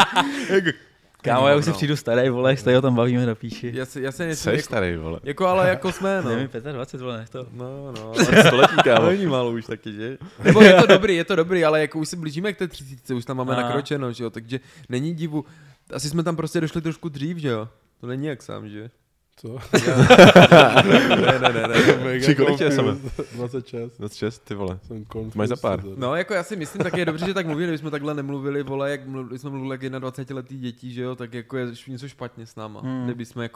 Kámo, já už si přijdu starý, vole, jak se tady o tom bavíme do píči. Já se jsi jako, starý, vole. Jako, ale jako jsme, no. Nevím, 25, vole, nech to. No. Století, kámo. Není málo už taky, že? Nebo je to dobrý, ale jako už se blížíme k té 30, už tam máme nakročeno, že jo, takže není divu. Asi jsme tam prostě došli trošku dřív, že jo. To není jak sám, že? Co? Ne. Při kolik tě jsme? 26, ty vole. Máš za pár. No, jako já si myslím, tak je dobře, že tak mluvili, kdybychom takhle nemluvili, vole, jak jsme mluvili jak 21letý dětí, že jo, tak jako je něco špatně s náma.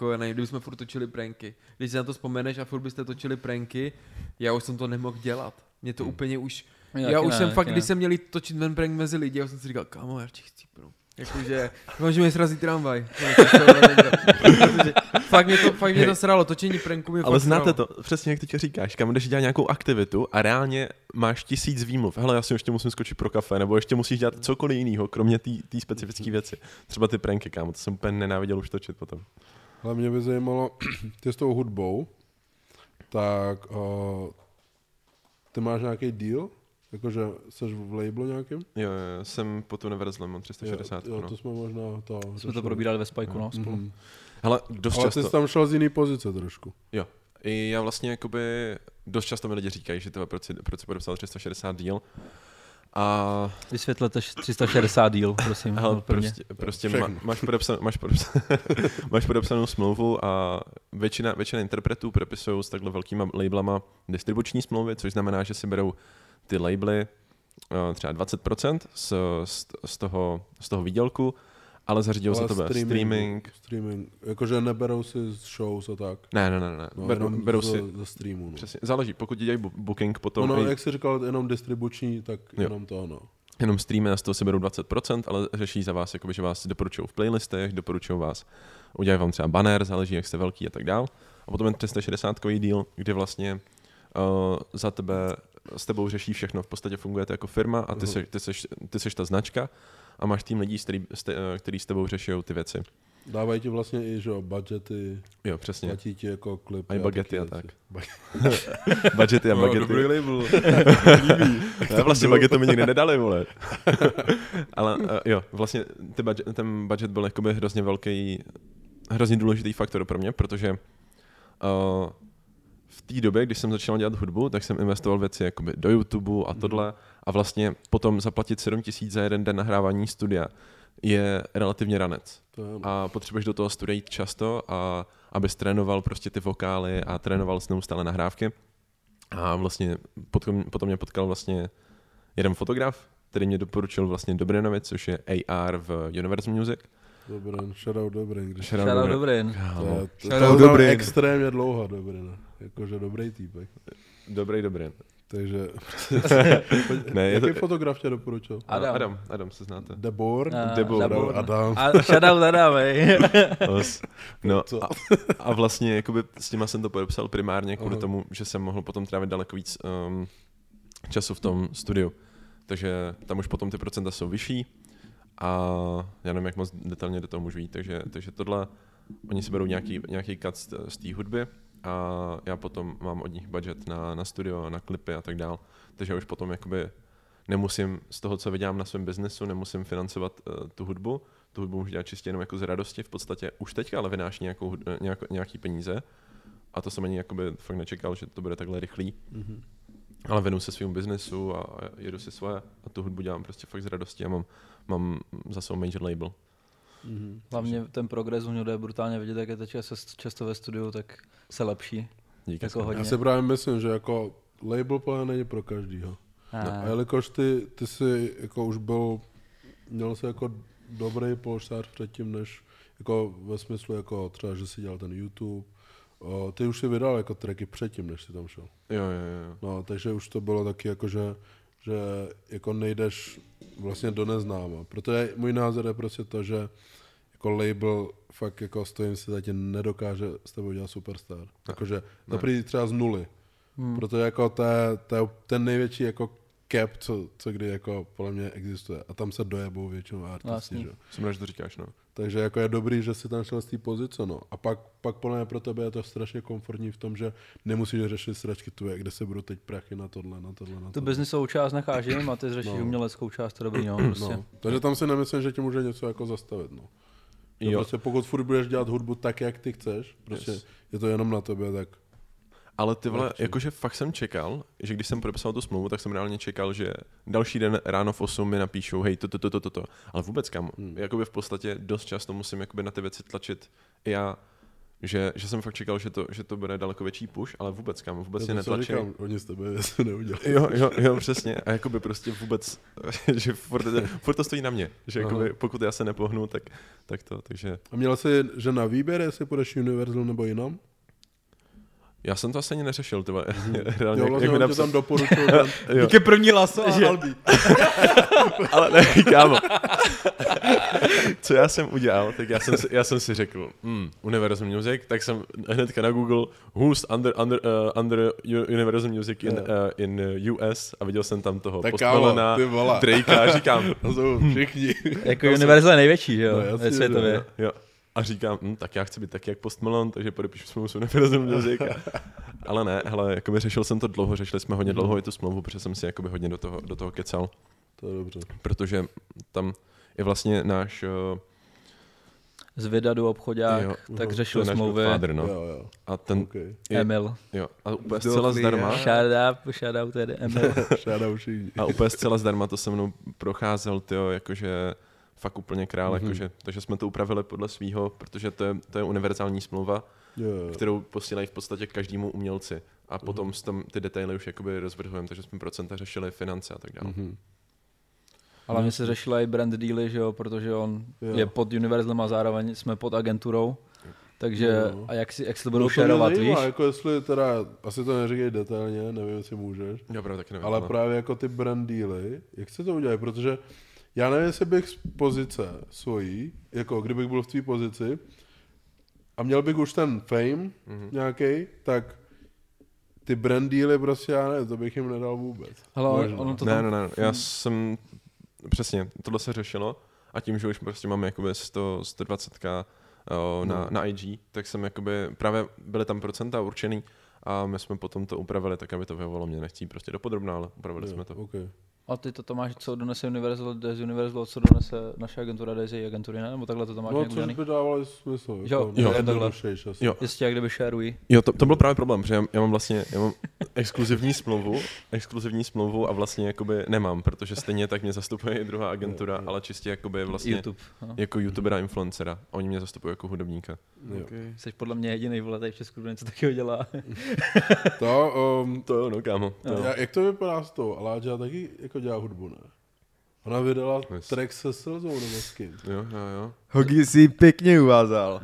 Kdybychom furt točili pranky. Když si na to vzpomeneš a furt byste točili pranky, já už jsem to nemohl dělat. Mě to úplně už... Já už jsem fakt, když jsem měli točit ten prank mezi lidi, já jsem si říkal, kámo, já chci chcípnout. Jakože, že mi srazí tramvaj. Fakt mě to sralo, točení pranku mě ale fakt znáte sralo. to, přesně jak teď říkáš, kam jdeš dělat nějakou aktivitu a reálně máš 1000 výmluv. Hele, já si ještě musím skočit pro kafe, nebo ještě musíš dělat cokoliv jiného, kromě té specifické věci. Třeba ty pranky, kámo, to jsem úplně nenáviděl už točit potom. Ale mě by zajímalo, ty s tou hudbou, tak ty máš nějaký deal? Jakože jsi v labelu nějakým? Jo, jsem pod Univerzlem, mám 360. Jo, to jsme možná to... Jsme to probírali ve Spajku, no, spolu. Mm-hmm. Hele, dost ale často... ty jsi tam šel z jiný pozice trošku. Jo. I já vlastně jakoby dost často mi lidi říkají, že proč si podepsal 360 díl. A... Vysvětlete 360 díl, prosím. Hele, prostě máš podepsanou smlouvu a většina interpretů podepisují s takhle velkýma labelama distribuční smlouvy, což znamená, že si berou ty labely třeba 20% z toho výdělku, ale zařídil se tebe streaming. Jakože neberou si z shows a tak. Ne. No, berou si ze streamu. No. Přesně, záleží, pokud dělají booking potom. No, jak jsi říkal, jenom distribuční, tak jenom to, no. Jenom streamy a z toho si berou 20%, ale řeší za vás, jakoby, že vás doporučují v playlistech, doporučují vás, udělají vám třeba banner, záleží, jak jste velký a tak dál. A potom je 360kový deal, kde vlastně za tebe, s tebou řeší všechno, v podstatě fungujete jako firma a ty seš ta značka a máš tým lidí, který s tebou řeší ty věci. Dávají ti vlastně i, že budgety, jo, přesně. Platí ti jako klipy. A i bagety a tak. Budgety a bagety. Dobrý label. Já vlastně bagetu mi nikdy nedali, vole. Ale jo, vlastně ten budget byl jakoby hrozně velký, hrozně důležitý faktor pro mě, protože v té době, když jsem začal dělat hudbu, tak jsem investoval věci jakoby do YouTube a tohle a vlastně potom zaplatit 7 000 za jeden den nahrávání studia je relativně ranec. A potřebuješ do toho studia jít často, a abys trénoval prostě ty vokály a trénoval s neustále nahrávky. A vlastně potom mě potkal vlastně jeden fotograf, který mě doporučil vlastně Dobrinovi, což je AR v Universal Music. Dobrin, shoutout Dobrin. Shoutout Dobrin. Shoutout Dobrin. Extrémně dlouho Dobrin. Jakože dobrý týpek. Dobrý Dobrin. Takže... ne, jaký fotograf tě doporučil? Adam se znáte. Debor. Adam. A shoutout Adam, No a vlastně jakoby s těma jsem to podepsal primárně kvůli tomu, že jsem mohl potom trávit daleko víc času v tom studiu. Takže tam už potom ty procenta jsou vyšší a já nevím, jak moc detailně do toho můžu jít. Takže tohle, oni si berou nějaký cut z té hudby a já potom mám od nich budget na studio, na klipy a tak dál. Takže už potom jakoby nemusím z toho, co vydělám na svém biznesu, nemusím financovat tu hudbu. Tu hudbu můžu dělat čistě jenom jako z radosti. V podstatě už teďka ale vynáší nějaký peníze a to jsem ani jakoby fakt nečekal, že to bude takhle rychlý. Mm-hmm. Ale věnuju se svým biznesu a jedu si svoje a tu hudbu dělám prostě fakt z radosti a mám za sebou major label. Mm-hmm. Hlavně ten progres u něho je brutálně vidět, jak je teďka často ve studiu, tak se lepší. Díky. Jako hodně. Já si právě myslím, že jako label plně není pro každýho. A jelikož ty jsi jako už měl jsi jako dobrý polštář předtím, než jako ve smyslu jako třeba, že jsi dělal ten YouTube. Ty už si vydal jako tracky předtím, než jsi tam šel. Jo. No, takže už to bylo taky jako, že jako nejdeš vlastně do neznáma. Protože můj názor je prostě to, že jako label fakt jako stojím si zatím nedokáže s tebou dělat superstar. Jakože to třeba z nuly. Protože jako ten největší jako cap, co kdy jako podle mě existuje. A tam se dojebou většinou artisti, že? Jsem rád, že to říkáš, no. Takže jako je dobrý, že si tam šel z té pozice, no. A pak podle mě pro tebe je to strašně komfortní v tom, že nemusíš řešit sračky tvoje, kde se budou teď prachy na tohle. Tu biznisovou část necháš jim a ty řešíš uměleckou část, to dobrý, no. Prostě. No. Takže tam si nemyslím, že ti může něco jako zastavit, no. Prostě pokud furt budeš dělat hudbu tak, jak ty chceš, prostě je to jenom na tobě, tak... Ale ty vole, jakože fakt jsem čekal, že když jsem podepsal tu smlouvu, tak jsem reálně čekal, že další den ráno v 8 mi napíšou, hej, to. Ale vůbec kam. Jakoby v podstatě dost často musím jakoby na ty věci tlačit i já, že jsem fakt čekal, že to bude daleko větší push, ale vůbec kam, vůbec je netlačí. Oni s tebe něco neudělali. Jo, přesně. A jakoby prostě vůbec, že furt to stojí na mě, že jakoby, pokud já se nepohnu, tak to, takže... A měl jsi, že na výběr, jestli půjdeš Universal nebo jinam? Já jsem to asi ani neřešil, tyhle. Reálně, jo, vlastně jak mi tam doporučil. Díky první laso a Albi. Ale ne, kámo. Co já jsem udělal, tak já jsem si řekl, Universal Music, tak jsem hnedka na Google who's under Universal Music in US a viděl jsem tam toho Post Malona, Drakea a říkám, to jsou všichni. Jako Universal je největší, že jo, no, ve světově. Jo. A říkám, tak já chci být taky jak Post Malone, takže podepíšu smlouvu s Universal Music. Ale ne, hele, jakoby řešil jsem to dlouho, řešili jsme hodně dlouho i tu smlouvu, protože jsem si jakoby hodně do toho kecal. To je dobře. Protože tam je vlastně náš... Z Vydadu obchodák, tak řešil smlouvy. Father, no. Jo. A ten... Okay. Emil. Jo, a úplně zcela zdarma. Shout out tedy Emil. A úplně zcela zdarma to se mnou procházel, tyjo, jakože fakt úplně král, jakože, takže jsme to upravili podle svýho, protože to je univerzální smlouva, kterou posílají v podstatě každému umělci. A potom tam ty detaily už jakoby rozvrhujeme, takže jsme procenta řešili finance a tak dále. Ale my se řešila i brand dealy, že jo, protože on je pod Universalem a zároveň jsme pod agenturou. Takže a jak si to budou šerovat, víš? Jako jestli teda, asi to neříkej detailně, nevím, jestli můžeš. Já právě taky nevím. Ale právě jako ty brand dealy, jak se to udělají, protože já nevím, jestli bych z pozice svojí, jako kdybych byl v tvý pozici a měl bych už ten fame nějaký, tak ty brand dealy prostě já nevím, to bych jim nedal vůbec. Hele, ne, já jsem, přesně, tohle se řešilo a tím, že už prostě máme jakoby 120k na IG, tak jsem jakoby, právě byly tam procenta určený a my jsme potom to upravili tak, aby to vyhovovalo mě, nechci prostě dopodrobná, ale upravili jsme to. Okay. A ty to máš, co donese Universal, z Universal, co donese naše agentura, jde z její agentury, ne? Nebo takhle to tam máš nějak udělaný? No, což by dávalo smysl. Jo, takhle. Jistě, jak kdyby šerují. Jo, to byl právě problém, protože já mám exkluzivní smlouvu a vlastně jakoby nemám, protože stejně tak mě zastupuje i druhá agentura, ale čistě jakoby vlastně YouTube, jako youtubera, influencera. Oni mě zastupují jako hudebníka. Okay. Jsi podle mě jediný vole tady v Česku, kdo něco takového dělá. To no, kámo. Jak to vypadá s tou? Aláďa taky jako dělá hudbu, ne? Ona vydala track se Slzou nebo s kým? Jo. Hogi si pěkně uvázal.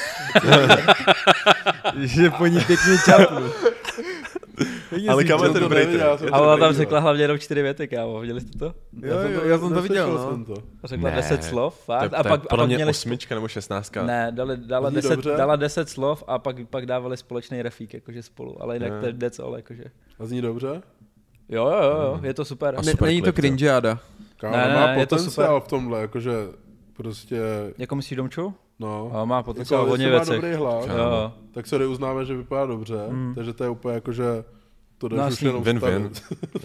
Že po ní pěkně čapnu. Ale kam je ten dobrý track? Ale ona tam řekla hlavně jenom 4 věty, kámo. Viděli jste to? Jo, já jsem to viděl, no. Řekla 10 slov, fakt. A pak podle mě 8 nebo 16. Ne, dala 10 slov a pak dávali společný refík, jakože spolu. Ale jinak to je decol, jakože. A zní dobře? Jo, je to super. Není to cringeáda. Kámo, má potenciál v tomhle, jakože prostě... Jako myslíš Domču? No. A má potenciál jako, hodně věcech. Má dobrý hlas, jo. Tak se uznáme, že vypadá dobře, takže to je úplně jako, že to jdeš už jenom stavit.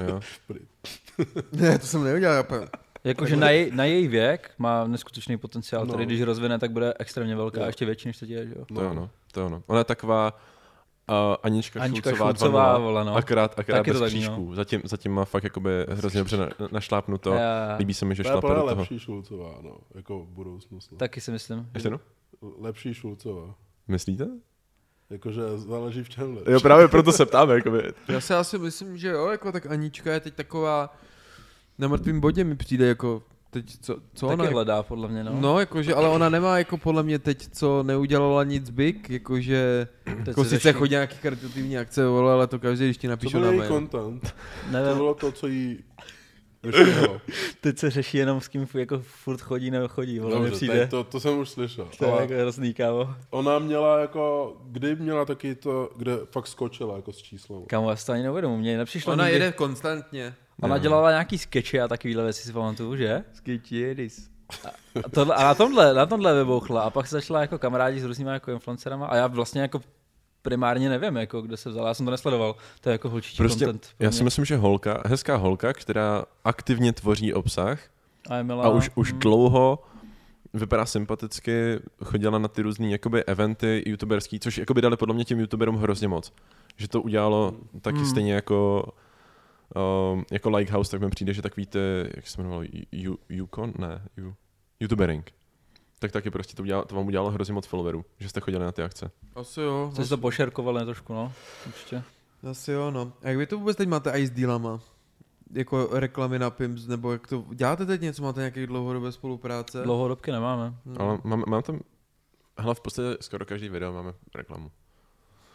Ne, to jsem neudělal. Jakože na její věk má neskutečný potenciál, který když rozvine, tak bude extrémně velká, ještě větší, než to je, že jo? To ono. Ona je taková Anička Šulcová, vole, no. Akorát bez křížků. No. Zatím má fakt jakoby hrozně dobře našlápnuto. Líbí se mi, že šlape do toho. Lepší Šulcová, no, jako v budoucnosti. Taky si myslím. Ještě no? Lepší Šulcová. Myslíte? Jakože záleží v čem lepší. Jo, právě proto se ptáme, jakoby. Já si asi myslím, že jo, jako tak Anička je teď taková na mrtvým bodě mi přijde jako teď, co taky ona hledá, podle mě, no. No, jakože, ale ona nemá jako podle mě teď, co neudělala nic big, jakože jako sice chodí nějaký karitativní akce, vole, ale to každý, když ti napíšu na mail. Co byl její content? To bylo to, co jí vyšlo. Teď se řeší jenom s kým jako furt chodí nebo chodí, vole, dobře, nepřijde. To jsem už slyšel. To je jako hrozný, kámo. Ona měla jako, kdy měla taky to, kde fakt skočila jako s číslem. Kámo, já si to ani neuvědomu, mně nepřišlo ona nikdy. Jede konstantně. Ona dělala nějaký skeče a takovýhle věci si pamatuju, že? Sketchy jedis. A na tomhle vybouchla a pak se začala jako kamarádi s různýma jako influencerama a já vlastně jako primárně nevím, jako kde se vzala, já jsem to nesledoval, to je jako holčičí prostě, content. Já si myslím, že hezká holka, která aktivně tvoří obsah a už dlouho vypadá sympaticky, chodila na ty různý jakoby eventy youtuberský, což jakoby dali podle mě těm youtuberům hrozně moc. Že to udělalo taky stejně jako Likehouse, tak mi přijde, že takový ty, jak se jmenovalo, Yukon? Ne, YouTubering. Tak taky prostě to vám udělalo hrozně moc followerů, že jste chodili na ty akce. Asi jo. Jste si to pošerkovali trošku, no, určitě. Asi jo, no. A jak vy to vůbec teď máte i s dealama? Jako reklamy na Pimps, nebo jak to, děláte teď něco, máte nějaké dlouhodobé spolupráce? Dlouhodobky nemáme. Ale mám tam, hele, v podstatě skoro každý video máme reklamu.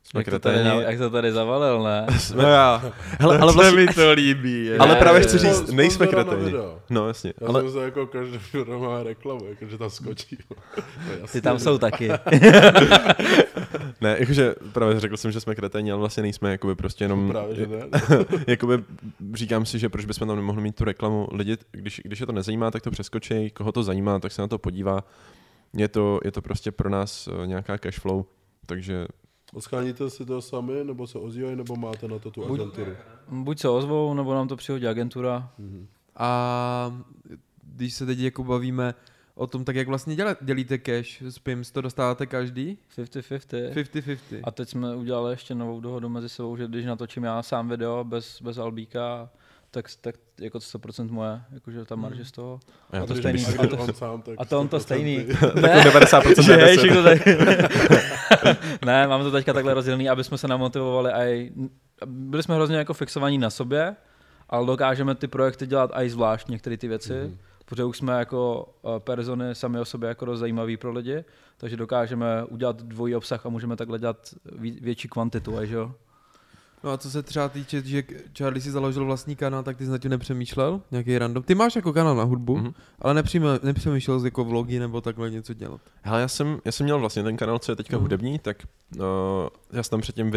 Jsme Jak to tady zavalil, ne? No já. Hele, ale vlastně mi to líbí. ale Ne, právě ne, chci ne. říct, nejsme Sponzora na kreténi. video. No jasně, Já ale jsem se jako každý video má reklamu, jakože tam skočí. Ty tam jsou taky. ne, jakože právě řekl jsem, že jsme kreténi, ale vlastně nejsme, jakoby prostě jenom, Právě, že ne. jakoby říkám si, že proč bychom tam nemohli mít tu reklamu. Lidi, když je to nezajímá, tak to přeskočí, koho to zajímá, tak se na to podívá. Je to prostě pro nás nějaká cash flow, takže Odscháníte si to sami, nebo se ozývají, nebo máte na to tu agenturu? Buď se ozvou, nebo nám to přihodí agentura. A když se teď jako bavíme o tom, tak jak vlastně dělíte cash s PIMS, to dostáváte každý? 50-50. 50-50. A teď jsme udělali ještě novou dohodu mezi sebou, že když natočím já sám video bez Albíka, tak jako 100% moje, jakože ta marže z toho. já to stejný. stejný. A když on sám, tak A to on to 100%. stejný. Jako 90% Že na hej, 10. všechno tady. Ne, máme to teďka takhle rozdělený, aby jsme se namotivovali a byli jsme hrozně jako fixovaní na sobě, ale dokážeme ty projekty dělat i zvlášť některé ty věci, protože už jsme jako persony sami o sobě jako dost zajímavý pro lidi, takže dokážeme udělat dvojí obsah a můžeme takhle dělat větší kvantitu, že jo? No a co se třeba týče, že Charlie si založil vlastní kanál, tak ty jsi na tím nepřemýšlel? Nějaký random? Ty máš jako kanál na hudbu, ale nepřemýšlel jsi jako vlogy nebo takhle něco dělat. Hele, já jsem měl vlastně ten kanál, co je teďka hudební, tak já jsem tam předtím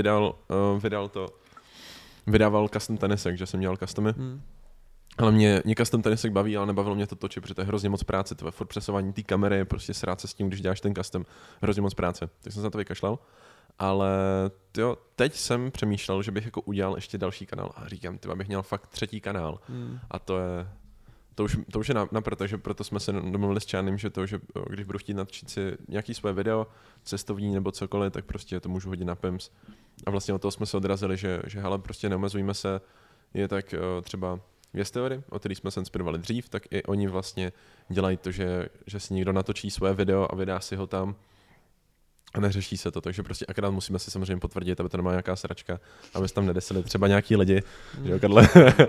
vydával custom tenisek, že jsem dělal customy. Ale mě custom tenisek baví, ale nebavilo mě to točit, protože to je hrozně moc práce, to je furt přesování té kamery, prostě srát se s tím, když děláš ten custom, hrozně moc práce. Tak jsem se na to vykašlal. Ale jo, teď jsem přemýšlel, že bych jako udělal ještě další kanál a říkám, bych měl fakt 3. kanál. A to už je napřed, takže proto jsme se domluvili s Čánem, že když budu chtít natčít si nějaký své video, cestovní nebo cokoliv, tak prostě to můžu hodit na PIMS. A vlastně od toho jsme se odrazili, že hele, prostě neomezujme se, je tak třeba Věsteory, o kterých jsme se inspirovali dřív, tak i oni vlastně dělají to, že si někdo natočí své video a vydá si ho tam a neřeší se to, takže prostě akorát musíme si samozřejmě potvrdit, aby to nemá nějaká sračka, aby se tam nedesili třeba nějaký lidi, že jo, Karle?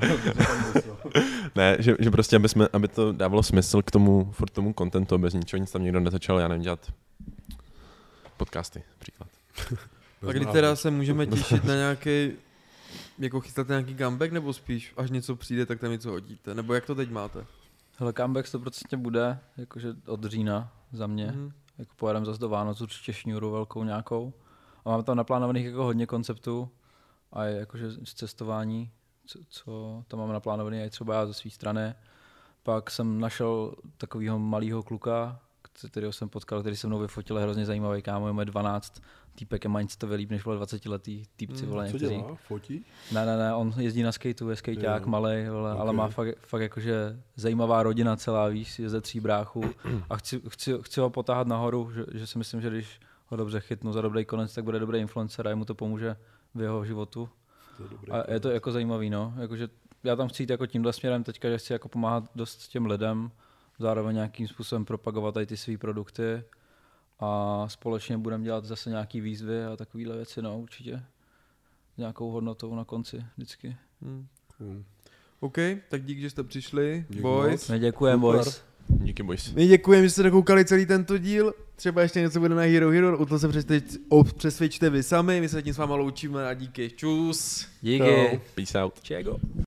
Ne, že prostě, aby to dávalo smysl k tomu, furt tomu contentu, bez ničeho nic tam někdo nezačal, já nevím, dělat podcasty, příklad. Tak kdy teda se můžeme těšit na nějaký, jako chystáte nějaký comeback, nebo spíš, až něco přijde, tak tam něco hodíte, nebo jak to teď máte? Hele, comeback 100% bude, jakože od října za mě. Jako pojedeme zase do Vánoc, určitě šňůru velkou nějakou. A máme tam naplánovaných jako hodně konceptů a jakože z cestování, co tam máme naplánovaný, i třeba já ze své strany. Pak jsem našel takového malého kluka, kterého jsem potkal, který se mnou vyfotil, hrozně zajímavý kámo, je 12, týpek je mindsetově líp než 20letý týpci, vole, Co někteří. dělá? Fotí? Ne, on jezdí na skateu, je skejťák, malej, vole, ale má fakt jakože zajímavá rodina celá, víš, je ze 3 bráchů a chci ho potáhat nahoru, že si myslím, že když ho dobře chytnu za dobrý konec, tak bude dobrý influencer a jemu to pomůže v jeho životu. A je to jako zajímavý, no, jakože já tam chci jít jako tímhle směrem teďka, že chci jako pomáhat dost těm lidem, zároveň nějakým způsobem propagovat tady ty své produkty a společně budeme dělat zase nějaký výzvy a takovéhle věci, no, určitě. Nějakou hodnotou na konci vždycky. OK, tak díky, že jste přišli, Díky boys. moc. My děkujeme, boys. Díky, boys. My děkujeme, že jste dokoukali celý tento díl. Třeba ještě něco bude na Hero Hero, u toho se přesvědčte vy sami. My se tím s váma loučíme a díky. Čus. Díky. Peace out. Čego.